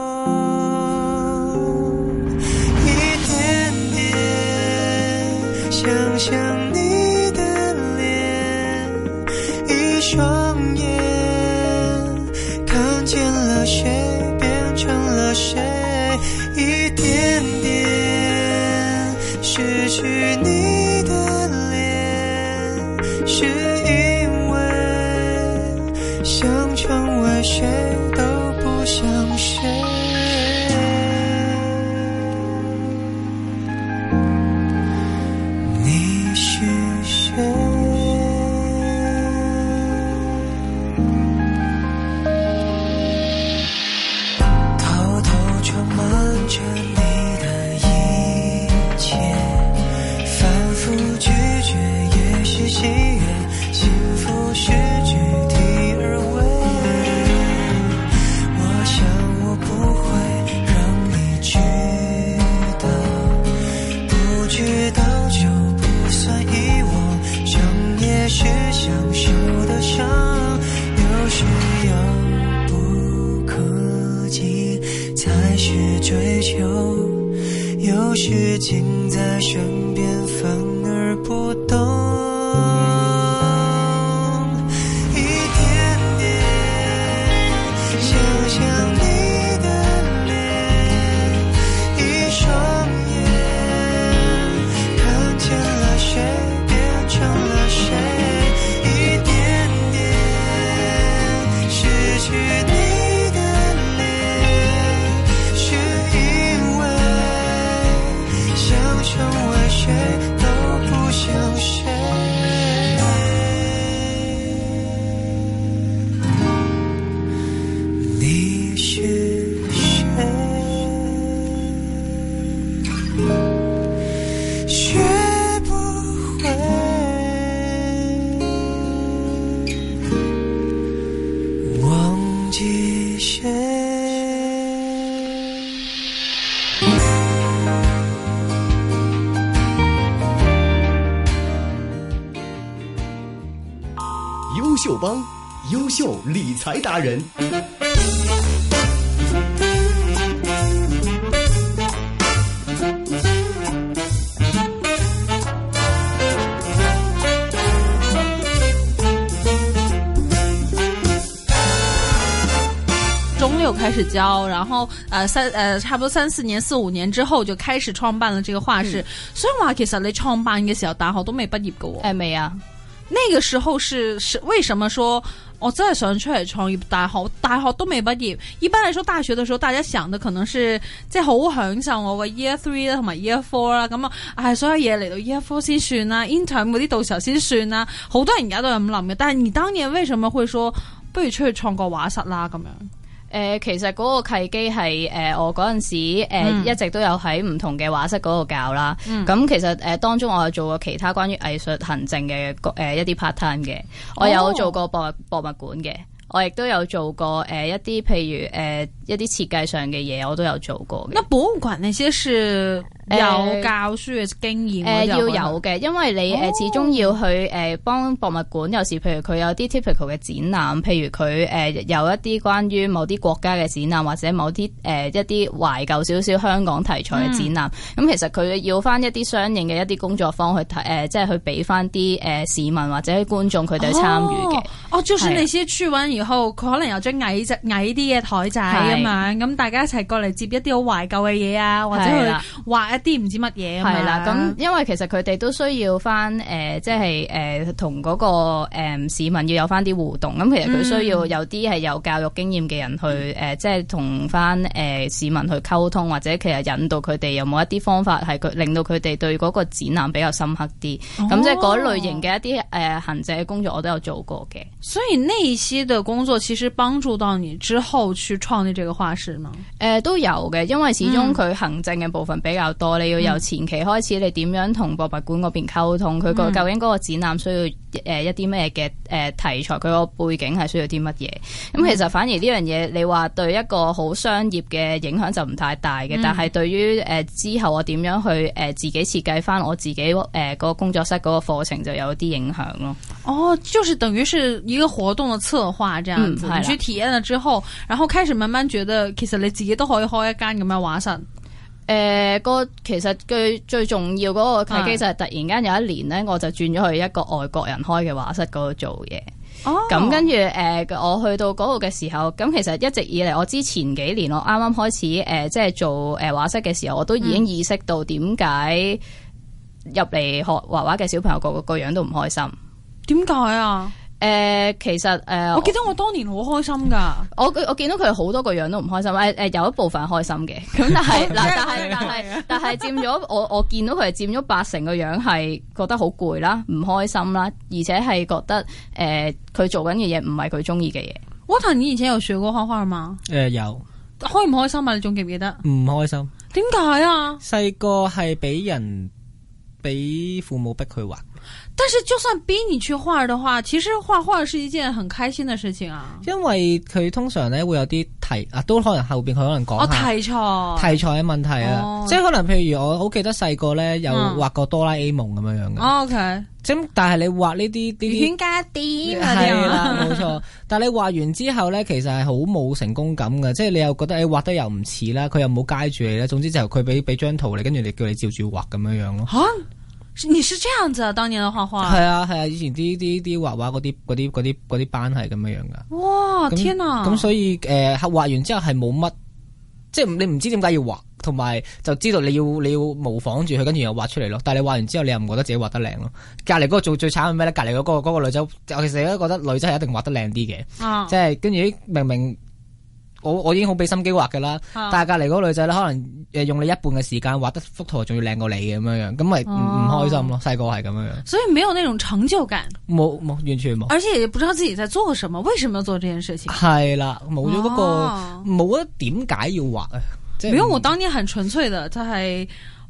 一点点想象你的脸，一双眼看见了谁，变成了谁，一点点失去你的脸，是因为想成为谁都不像谁。你是谁？偷偷装满着你的一切，反复拒绝也是喜悦，幸福是具体而为。是享受的伤，有时遥不可及才是追求，有时近在身边反而不懂，一点点想象你的脸，一双眼看见了谁，变成了谁， 谢。 优秀帮，优秀理财达人。 中六开始教，然后呃三呃差不多三四年四五年之後就開始創辦了這個畫室。所以話其實你創辦嘅時候大學都未畢業嘅喎。 誒未啊？ 那個時候是是為什麼說我真係想出嚟創業？大學大學都未畢業。一般來說大學的時候大家想的可能是即係好享受我嘅 year three 啦同埋 year four 啦，咁啊唉所有嘢嚟到 year four 先算啦 intern 嗰啲到時候先算啦。好多人而家都係咁諗嘅。但係你當年為什麼會說不如出去創個畫室啦咁樣？ 誒、呃，其實嗰個契機係誒，我嗰陣時誒、呃嗯、一直都有喺唔同嘅畫室嗰度教啦。咁、嗯、其實誒、呃、當中我有做過其他關於藝術行政嘅誒、呃、一啲 part time 嘅，我有做過博物博物館嘅。我亦都有做過誒、呃、一啲譬如誒、呃、一啲設計上嘅嘢，我都有做過嘅。 那博物館那些是有教書嘅經驗誒、呃呃、要有嘅， 因為你誒、哦、始終要去誒幫、呃、博物館，有時譬如佢有啲 typical 嘅展覽，譬如佢誒、呃、有一啲關於某啲國家嘅展覽，或者某啲誒、呃、一啲懷舊少少香港題材嘅展覽。咁、嗯、其實佢要翻一啲相應嘅一啲工作坊去睇誒、呃，即係去俾翻啲誒市民或者觀眾佢哋參與嘅。 哦，哦，就是那些去完以後，佢可能有張矮隻矮啲嘅台仔咁樣，咁大家一齊過嚟接一啲好懷舊嘅嘢啊，或者去畫一啲唔知乜嘢啊嘛。 係啦，咁因為其實佢哋都需要翻誒、呃，即係誒同嗰個誒、呃、市民要有翻啲互動。咁其實佢需要有啲係有教育經驗嘅人去誒、呃，即係同翻誒市民去溝通，或者其實引導佢哋有冇一啲方法係佢令到佢哋對嗰個展覽比較深刻啲。咁、哦、即係嗰類型嘅一啲誒、呃、行政嘅工作我都有做過嘅。 所以那一些的工作其實幫助到你之後去創立這個畫室嗎？ 誒、呃，都有嘅，因為始終佢行政嘅部分比較多，嗯、你要由前期開始，你點樣同博物館嗰邊溝通，佢個、嗯、究竟嗰個展覽需要誒、呃、一啲咩嘅誒題材，佢個背景係需要啲乜嘢？咁、嗯、其實反而呢樣嘢，你話對一個好商業嘅影響就唔太大嘅、嗯，但係對於誒、呃、之後我點樣去誒、呃、自己設計翻我自己誒嗰、呃那個工作室嗰個課程就有啲影響咯。 哦，就是等於是一個活動的策劃這樣子，嗯、你去體驗了之後，然後開始慢慢覺得其實你自己都可以開一間咁樣畫室。誒、 呃，個其實最最重要嗰個契機就係突然間有一年咧，我就轉咗去一個外國人開嘅畫室嗰度做嘢。哦，咁跟住誒，我去到嗰度嘅時候，咁其實一直以嚟，我之前幾年我啱啱開始誒、呃，即係做誒畫室嘅時候，我都已經意識到點解入嚟學畫畫嘅小朋友個個樣都唔開心。 點解啊？ 誒、呃，其實誒、呃， 我記得我當年好開心噶， 我我見到佢好多個樣都唔開心，誒、呃、誒，有一部分開心嘅，咁但係嗱，但係但係但係佔咗我我見到佢係佔咗八成個樣係覺得好攰啦，唔開心啦，而且係覺得誒佢、呃、做緊嘅嘢唔係佢中意嘅嘢。 Water，你以前有學過畫畫嗎？ 誒、呃，有。 開唔開心啊？你仲記唔記得？ 唔開心。 點解啊？ 細個係俾人俾父母逼佢畫。 但是就算逼你去畫的話，其實畫畫是一件很開心的事情啊。 因為佢通常咧會有啲題啊，都可能後邊佢可能講下、哦、題材題材嘅問題啊，哦、即係可能譬如我好記得細個咧有畫過哆啦 A 夢咁樣樣嘅。 哦、OK， 咁但係你畫呢啲啲犬家點係啦，冇錯。但係你畫完之後咧，其實係好冇成功感嘅，即係你又覺得誒畫得又唔似啦，佢又冇街住你啦。總之就佢俾俾張圖你，跟住你叫你照住畫咁樣樣咯。 吓？你是這樣子啊？當年的畫畫係啊係啊，以前啲啲啲畫畫嗰啲嗰啲嗰啲嗰啲班係咁樣樣噶。 哇天啊！ 咁所以誒畫、呃、完之後係冇乜，即係你唔知點解要畫，同埋就知道你要你要模仿住佢，跟住又畫出嚟咯。但係你畫完之後，你又唔覺得自己畫得靚咯。隔籬嗰個做最慘係咩咧？隔籬嗰個嗰、嗰個女仔，我其實都覺得女仔係一定畫得靚啲嘅。啊、即係跟住明明。我我已經好俾心機畫㗎啦，啊、但係隔離嗰個女仔咧，可能誒用你一半嘅時間畫得幅圖仲要靚過你嘅咁樣樣，咁咪唔唔開心咯。細個係咁樣樣， 所以沒有那種成就感， 冇冇完全冇， 而且也不知道自己在做什麼，為什麼要做這件事情？ 係啦，冇咗嗰個冇咗點解要畫啊！即係沒有，我當年很純粹的，就係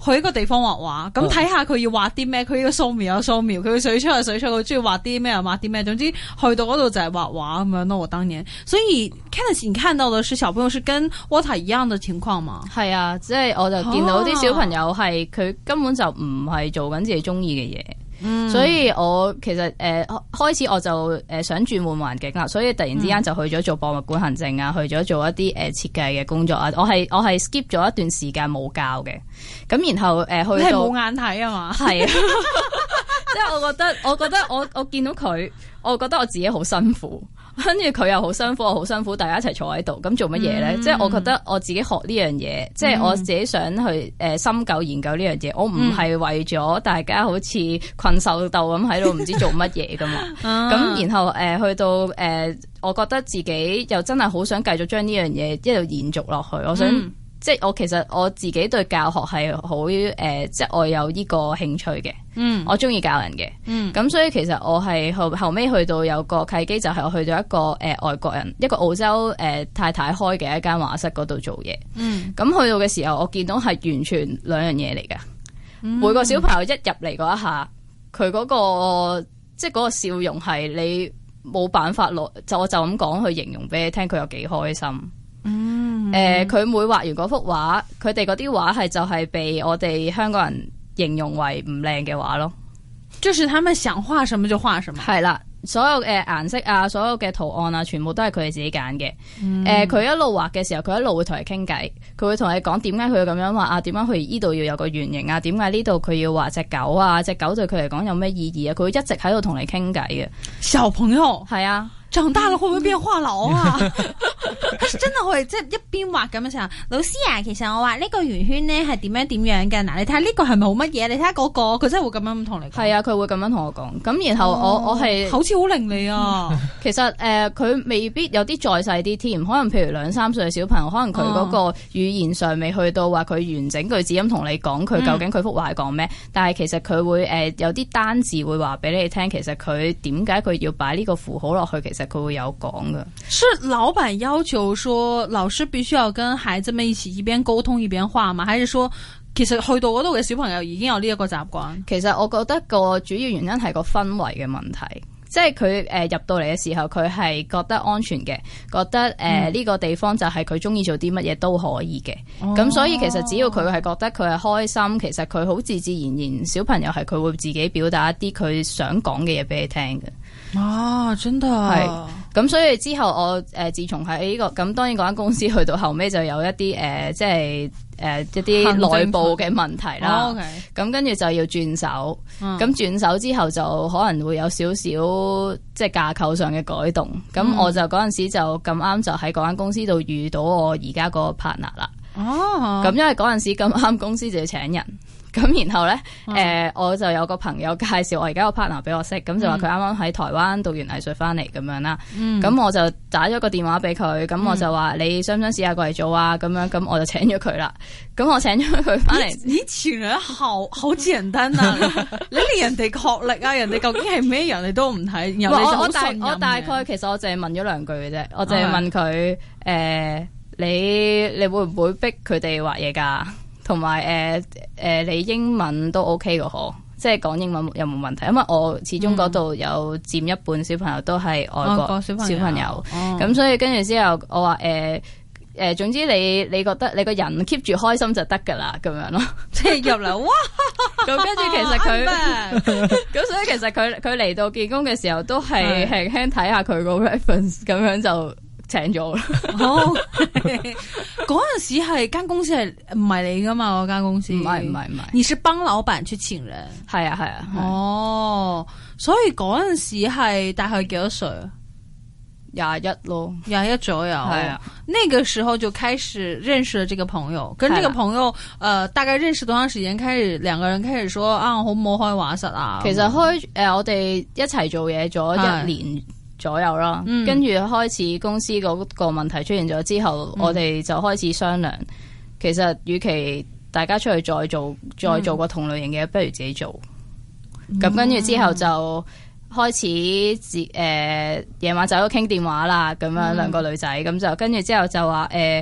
去一個地方畫畫，咁睇下佢要畫啲咩，佢要素描有素描，佢要水彩有水彩，佢中意畫啲咩就畫啲咩，總之去到嗰度就係畫畫咁樣咯。我當年，所以 Kenneth 你看到的是小朋友是跟 Water 一樣的情況嗎？ 係啊，即係我就見到啲小朋友係佢根本就唔係做緊自己中意嘅嘢。嗯、所以我其實誒、呃、開始我就誒想轉換環境啦，所以突然之間就去咗做博物館行政啊，去咗做一啲誒設計嘅工作啊。我係我係 skip 咗一段時間冇教嘅，咁然後誒、呃、去到你係冇眼睇啊嘛？係啊， 即係我覺得我覺得我我見到佢，我覺得我自己好辛苦。跟住佢又好辛苦，我好辛苦，大家一齊坐喺度，咁做乜嘢咧？嗯、即係我覺得我自己學呢樣嘢，嗯、即係我自己想去誒、呃、深究研究呢樣嘢。我唔係為咗大家好似困獸鬥咁喺度唔知做乜嘢噶嘛。咁、啊、然後誒、呃、去到誒、呃，我覺得自己又真係好想繼續將呢樣嘢一路延續落去。我想。嗯即係我其實我自己對教學係好誒，即係我有呢個興趣嘅。嗯，我中意教人嘅。嗯，咁所以其實我係後後尾去到有個契機，就係我去到一個誒、呃、外國人一個澳洲誒、呃、太太開嘅一間畫室嗰度做嘢。嗯，咁去到嘅時候，我見到係完全兩樣嘢嚟㗎。嗯、每個小朋友一入嚟嗰一下，佢嗰、嗰個即係嗰個笑容係你冇辦法落，就我就咁講去形容俾你聽，佢有幾開心。嗯，誒、呃，佢每畫完嗰幅畫，佢哋嗰啲畫係就係被我哋香港人形容為唔靚嘅畫咯。 就是他們想畫什麼就畫什麼。 係啦，所有嘅顏色啊，所有嘅圖案啊，全部都係佢哋自己揀嘅。誒、嗯，佢、呃、一路畫嘅時候，佢一路會同你傾偈，佢會同你講點解佢要咁樣畫啊？點解佢呢度要有個圓形啊？點解呢度佢要畫隻狗啊？隻狗對佢嚟講有咩意義啊？佢會一直喺度同你傾偈嘅。 小朋友係啊。 長大了會唔會變畫佬啊？佢真係會即係一邊畫咁嘅時候，老師啊，其實我畫呢個圓圈咧係點樣點樣嘅。嗱，你睇下呢個係咪好乜嘢？你睇下嗰個，佢真係會咁樣同你講。 係啊，佢會咁樣同我講。咁然後我、哦、我係好似好伶俐啊。 其實誒，佢、呃、未必有啲再細啲添，可能譬如兩三歲嘅小朋友，可能佢嗰個語言上未去到話佢完整句子咁同你講佢究竟佢幅畫係講咩。嗯、但係其實佢會誒、呃、有啲單字會話俾你聽，其實佢點解佢要擺呢個符號落去，其實佢會有講嘅。 是老闆要求說老師必須要跟孩子們一起一邊溝通一邊畫嗎？還是說其實去到嗰度嘅小朋友已經有呢一個習慣？ 其實我覺得個主要原因係個氛圍嘅問題，即係佢誒入到嚟嘅時候，佢係覺得安全嘅，覺得誒呢、呃嗯、個地方就係佢中意做啲乜嘢都可以嘅。咁、哦、所以其實只要佢係覺得佢係開心，其實佢好自自然然，小朋友係佢會自己表達一啲佢想講嘅嘢俾你聽嘅。 啊，真的係咁，所以之後我誒、呃、自從喺呢個咁，當然嗰間公司去到後尾就有一啲誒、呃，即係誒、呃、一啲內部嘅問題啦。咁、哦 okay、跟住就要轉手，咁、嗯、轉手之後就可能會有少少即係架構上嘅改動。咁、嗯、我就嗰陣時就咁啱就喺嗰間公司度遇到我而家個 partner 啦。哦，咁因為嗰陣時咁啱公司就要請人。咁然後咧，誒、嗯呃，我就有個朋友介紹我而家個 partner 俾我識，咁、嗯、就話佢啱啱喺台灣讀完藝術翻嚟咁樣啦。咁、嗯、我就打咗個電話俾佢，咁、嗯、我就話你想唔想試下過嚟做啊？咁樣，咁我就請咗佢啦。咁我請咗佢翻嚟， 你請人好好簡單啊！你連人哋學歷啊，人哋究竟係咩人你都唔睇，然後你就好信任嘅。 我大概其實我淨係問咗兩句嘅啫，我淨係問佢誒、呃，你你會唔會逼佢哋畫嘢㗎？同埋誒誒，你英文都 OK 嘅嗬，即係講英文有冇問題？因為我始終嗰度有佔一半小朋友都係外國小朋友，咁、哦、所以跟住之後我話誒誒，總之你你覺得你個人 keep 住開心就得㗎啦，咁樣咯， 即係入嚟哇！ 咁跟住其實佢，咁所以其實佢佢嚟到見工嘅時候都係輕輕睇下佢個 reference， 咁樣就請咗啦。 好，嗰陣時係間公司係唔係你噶嘛？嗰間公司唔係唔係唔係， 你是幫老闆去請人？ 係啊係啊。 哦，所以嗰陣時係大概幾多歲？ 廿一咯， 廿一左右。係啊，那個時候就開始認識了這個朋友，跟這個朋友，呃，大概認識多長時間？開始兩個人開始說啊，好唔好開畫室啊？ 其實開誒、呃，我哋一齊做嘢咗一年左右啦，跟住開始公司嗰個問題出現咗之後，嗯、我哋就開始商量。其實，與其大家出去再做再做個同類型嘅，嗯、不如自己做。咁、嗯、跟住之後就開始自誒夜、呃、晚走咗傾電話啦，咁樣兩個女仔咁、嗯、就跟住之後就話誒、呃，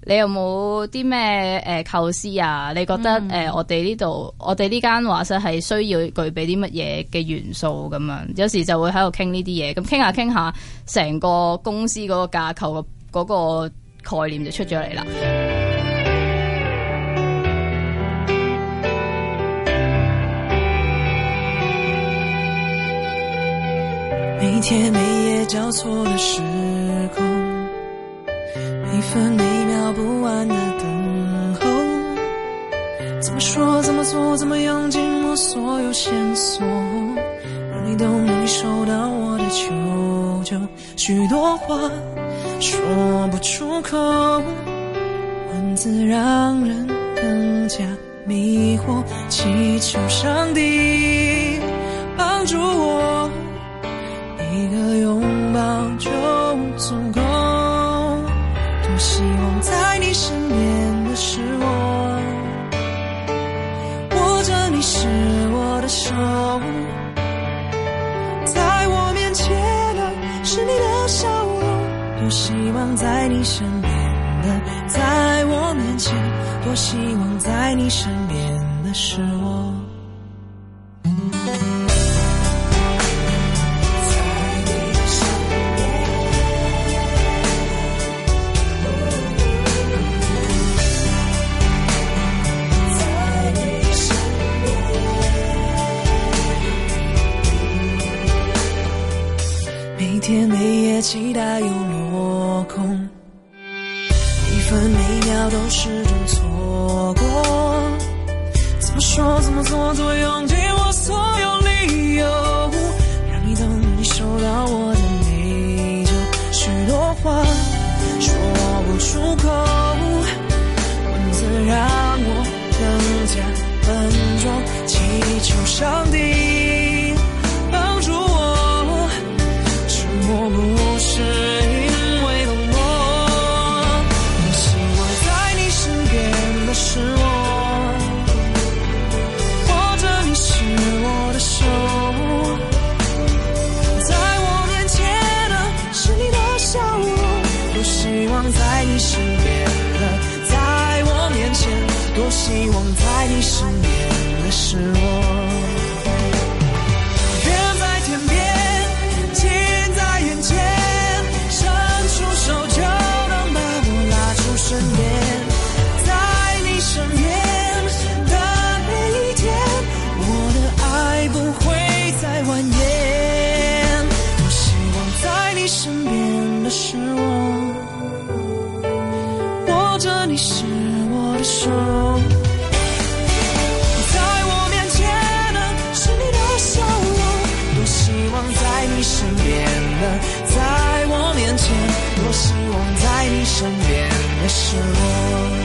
你有冇啲咩誒構思啊？你覺得誒、嗯呃、我哋呢度我哋呢間畫室係需要具備啲乜嘢嘅元素咁樣？有時就會喺度傾呢啲嘢，咁傾下傾下，成個公司嗰個架構嗰個概念就出咗嚟啦。 每天每夜交错的时空，每分每秒不完的等候，怎么说怎么做怎么用尽我所有线索，让你懂让你收到我的求救，许多话说不出口，文字让人更加迷惑，祈求上帝帮助我，一个拥抱就足够，多希望在你身边的是我，握着你是我的手，在我面前的是你的笑容，多希望在你身边的，在我面前，多希望在你身边的是我。每天每夜期待又落空，每分每秒都始终错过，怎么说怎么做怎么用尽我所有理由，让你懂你收到我的内疚，许多话说不出口，文字让我更加笨拙，祈求上帝帮助我，我不是因为冷漠，多希望在你身边的是我，握着你是我的手，在我面前的是你的笑容，多希望在你身边的，在我面前，多希望在你身边的是我。身边，在你身边的每一天，我的爱不会再蜿蜒，多希望在你身边的是我，握着你是我的手，在我面前的是你的笑容，多希望在你身边的，在我面前，多希望在你身边的是我。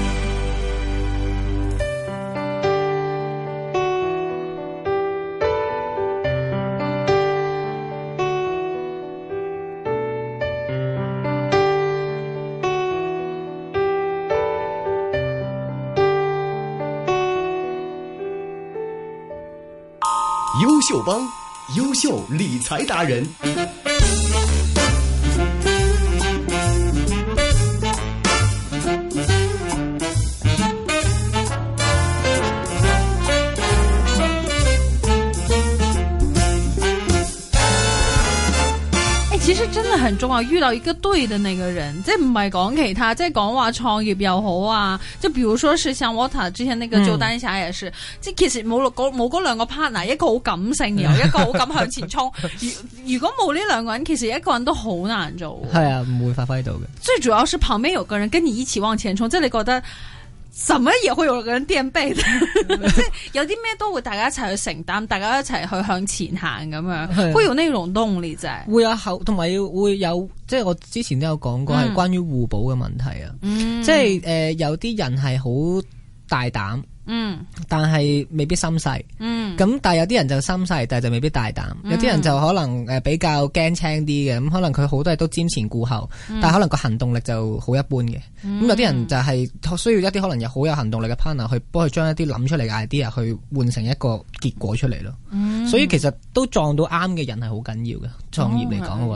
优秀帮，优秀理财达人。 其實真係很重要，遇到一個對的那個人，即係唔係講其他，即係講話創業又好啊，就比如說是像 Water 之前那個做單俠也是，嗯、即係其實冇嗰冇嗰兩個 partner，一個好感性，然後一個好敢向前衝。如如果冇呢兩個人，其實一個人都好難做。 係啊，唔會發揮到嘅。 最主要是旁邊有個人跟你一起往前衝，即係你覺得。什麼也會有個人墊背的，即係有啲咩都會大家一齊去承擔，大家一齊去向前行咁樣，會有呢種動力在。 會有後，同埋會有，即係我之前都有講過，係、嗯、關於互補嘅問題啊。嗯、即係誒、呃，有啲人係好大膽。嗯，但係未必心細，嗯，咁但係有啲人就心細，但係就未必大膽，嗯、有啲人就可能誒比較驚青啲嘅，咁可能佢好多嘢都瞻前顧後，嗯、但係可能個行動力就好一般嘅，咁、嗯、有啲人就係需要一啲可能有好有行動力嘅 partner 去幫佢將一啲諗出嚟嘅 idea 去換成一個結果出嚟咯，嗯、所以其實都撞到啱嘅人係好緊要嘅，創業嚟講，我覺得。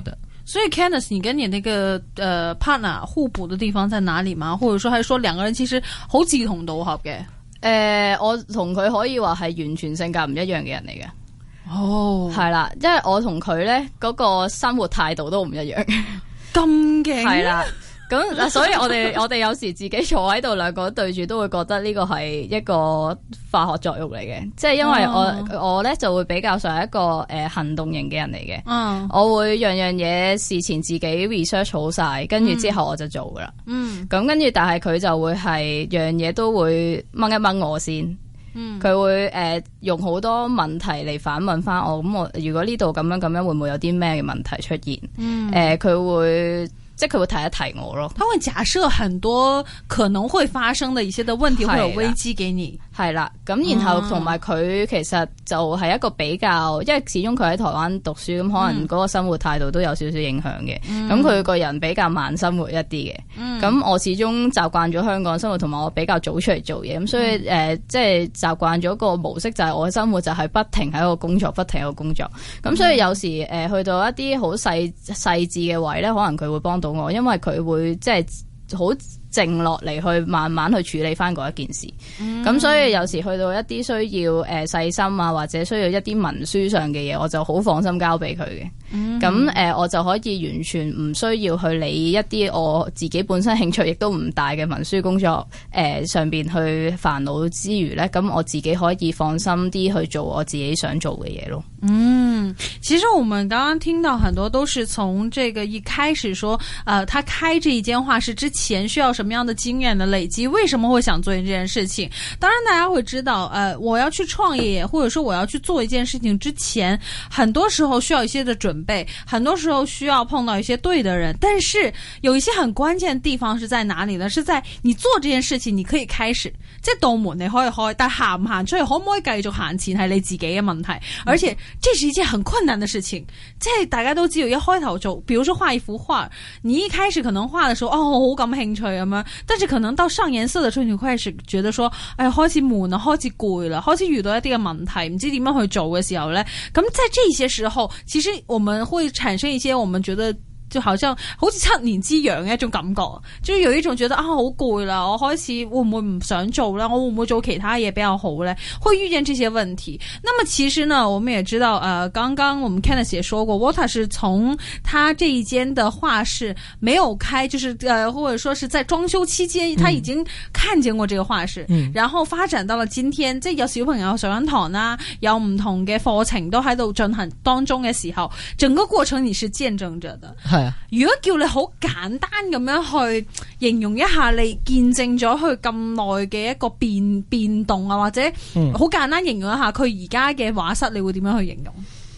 所以 Kenneth 你跟你那個呃 partner 互補的地方在哪裡嗎？或者說還是說兩個人其實好志同道合嘅？ 誒、呃，我同佢可以話係完全性格唔一樣嘅人嚟嘅。哦，係啦，因為我同佢咧嗰個生活態度都唔一樣。 咁勁係啦。咁所以我哋我哋有時自己坐喺度兩個對住都會覺得呢個係一個化學作用嚟嘅，即係因為我、哦、我咧就會比較上係一個誒、呃、行動型嘅人嚟嘅，嗯，我會樣樣嘢事前自己 research 好晒，跟住之後我就做噶啦，嗯，咁跟住但係佢就會係樣嘢都會掹一掹我先，嗯，佢會誒、呃、用好多問題嚟反問翻我，咁我如果呢度咁樣咁樣會唔會有啲咩嘅問題出現？嗯，誒佢、呃、會。即係佢會提一提我咯， 他會假設很多可能會發生的一些的問題會有危機給你， 係啦，咁然後同埋佢其實就係一個比較，因為始終佢喺台灣讀書，咁可能嗰個生活態度都有少少影響嘅，咁佢個人比較慢生活一啲嘅，咁、嗯、我始終習慣咗香港生活，同埋我比較早出嚟做嘢，咁所以誒、嗯呃、即係習慣咗個模式，就係我嘅生活就係不停喺度工作，不停喺度工作，咁、嗯、所以有時誒、呃、去到一啲好細細緻嘅位咧，可能佢會幫到我，因為佢會即係好靜落嚟去慢慢去處理翻嗰一件事，咁、嗯、所以有時去到一啲需要誒細心啊，或者需要一啲文書上嘅嘢，我就好放心交俾佢嘅。咁、嗯、誒、呃，我就可以完全唔需要去理一啲我自己本身興趣亦都唔大嘅文書工作誒、呃、上邊去煩惱之餘咧，咁我自己可以放心啲去做我自己想做嘅嘢咯。 嗯，其實我們剛剛聽到很多都是從這個一開始說，呃，他開這一間畫室之前需要什麼樣的經驗的累積，為什麼會想做這件事情？當然，大家會知道，呃，我要去創業，或者說我要去做一件事情之前，很多時候需要一些的準備，很多時候需要碰到一些對的人。但是有一些很關鍵的地方是在哪裡呢？是在你做這件事情，你可以開始，即係道門你可以開，但行唔行出去，可唔可以繼續行前係你自己嘅問題，而且。這是一件很困難的事情，即係大家都知道一開頭做，比如說畫一幅畫，你一開始可能畫的時候，哦，我好感興趣咁樣，但是可能到上顏色的時候，你開始覺得說，哎，開始悶啦，開始攰啦，開始遇到一啲嘅問題，唔知點樣去做嘅時候咧，咁在這些時候，其實我們會產生一些我們覺得。就好像好似七年之癢嘅一種感覺，就有一種覺得啊好攰啦，我開始會唔會唔想做啦？我會唔會做其他嘢比較好咧？會遇見這些問題。那麼其實呢，我們也知道，呃，剛剛我們 Kenneth 也說過 Walter 是從他這一間的畫室沒有開，就是呃或者說是在裝修期間，他已經看見過這個畫室，嗯，然後發展到了今天，即係有小朋友上緊堂啦，有唔同嘅課程都喺度進行當中嘅時候，整個過程你是見證着的。如果叫你好簡單咁樣去形容一下你見證咗佢咁耐嘅一個變變動啊，或者好簡單形容一下佢而家嘅畫室，你會點樣去形容？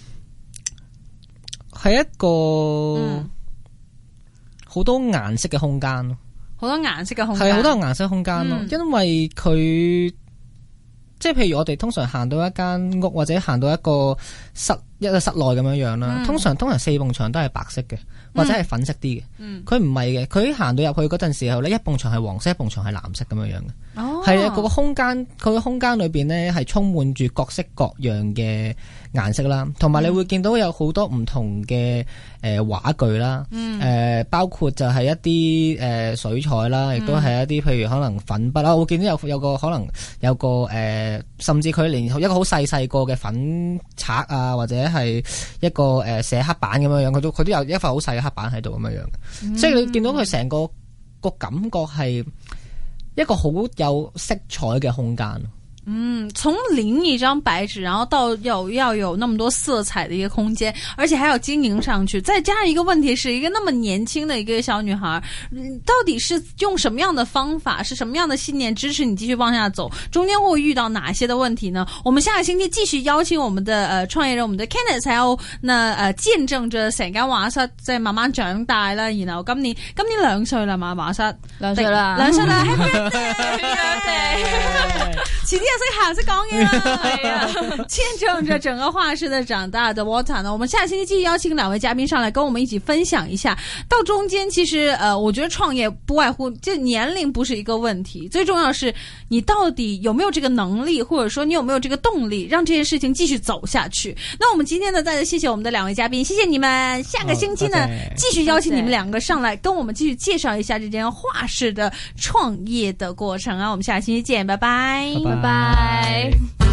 係一個好多顏色嘅空間咯，好多顏色嘅空間，係好多顏色空間咯，因為佢即係譬如我哋通常行到一間屋或者行到一個室一個室內咁樣樣啦，通常通常四埲牆都係白色嘅。或者係粉色啲嘅，佢唔係嘅，佢行到入去嗰陣時候咧，一埲牆係黃色，一埲牆係藍色咁樣樣嘅，係啊，嗰個空間，佢個空間裏邊咧係充滿住各式各樣嘅顏色啦，同埋你會見到有好多唔同嘅誒畫具啦，誒、嗯呃、包括就係一啲誒、呃、水彩啦，亦都係一啲譬如可能粉筆啦，我見到有有個可能有個誒、呃，甚至佢連一個好細細個嘅粉刷啊，或者係一個誒寫黑板咁樣樣，佢都佢都有一塊好細嘅黑板喺度咁樣樣嘅，嗯、即係你見到佢成個個感覺係一個好有色彩嘅空間。 嗯，從零一張白紙，然後到要要有那麼多色彩的一個空間，而且還要經營上去。再加上一個問題，是一個那麼年輕的一個小女孩，嗯，到底是用什麼樣的方法，是什麼樣的信念支持你繼續往下走？中間會遇到哪些的問題呢？我們下個星期繼續邀請我們的呃創業人，我們的 Kenneth，還有那呃見證着成間畫室在慢慢長大啦。然後今年今年兩歲啦嘛，畫室兩歲啦， 兩歲啦，Happy birthday！遲啲識行識講嘢啦，係啊，見證着整個畫室的長大的 Water 呢，我們下星期繼續邀請兩位嘉賓上來跟我們一起分享一下。到中間其實呃，我覺得創業不外乎這年齡不是一個問題，最重要是你到底有沒有這個能力，或者說你有沒有這個動力，讓這件事情繼續走下去。那我們今天呢，再次謝謝我們的兩位嘉賓，謝謝你們。下個星期呢，哦、繼續邀請你們兩個上來跟我們繼續介紹一下這間畫室的創業的過程啊。我們下個星期見，拜拜， 拜拜。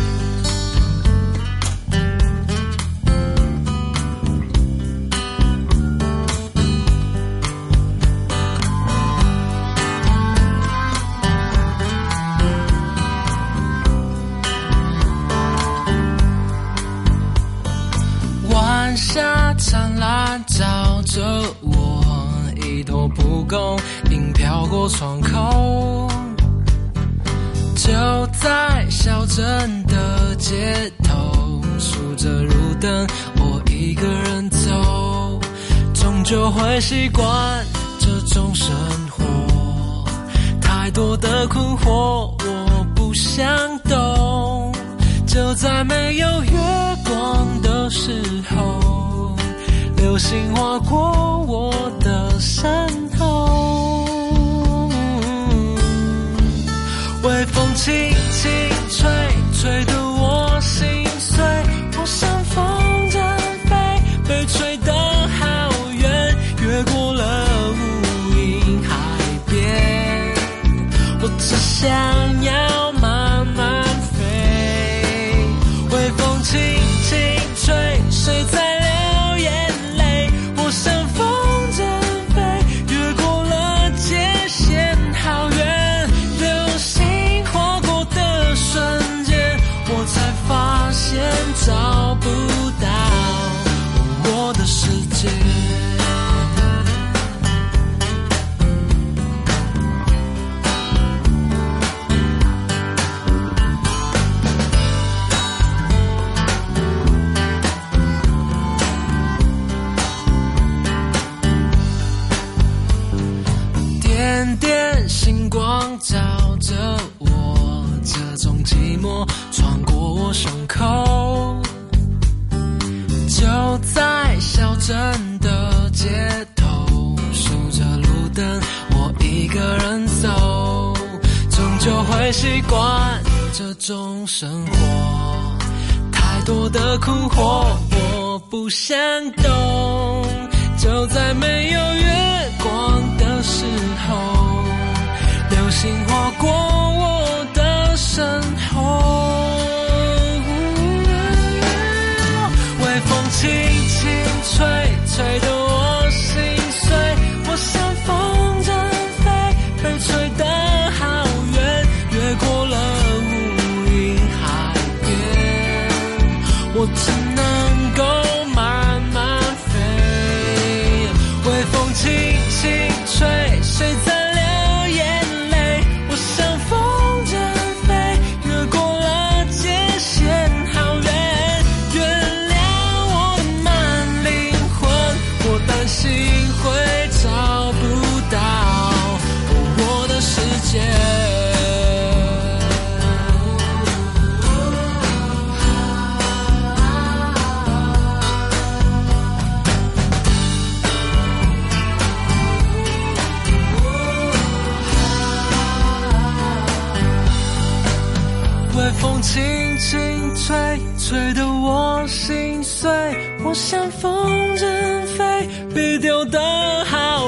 晚霞灿烂照着我，一朵蒲公英飘过窗口，就在小镇的街头，数着路灯，我一个人走，终究会习惯这种生活，太多的困惑我不想懂，就在没有月光的时候，流星划过我的身后，微风轻轻吹，吹得我心碎，我像风筝飞，被吹得好远，越过了无垠海边，我只想要慢慢飞，微风轻轻吹，谁在流眼泪，我像风筝飞，越过了界限好远，流星划过的瞬间，我才发现找不到我的世界。点点星光照着我，这种寂寞穿过我胸口，就在小镇的街头，数着路灯，我一个人走，终究会习惯这种生活，太多的困惑我不想懂，就在没有月光的时候，流星划过我的身后，微风轻轻吹，吹得我心碎，我像风筝飞，被吹得好远，越过了无垠海边，我只能够慢慢飞，微风轻轻吹，谁在流眼泪，我像风筝飞，越过了界限好远，原谅我的慢灵魂，我担心会找不到我的世界。微风轻轻吹，吹得我心碎，我像风筝飞，被丢得好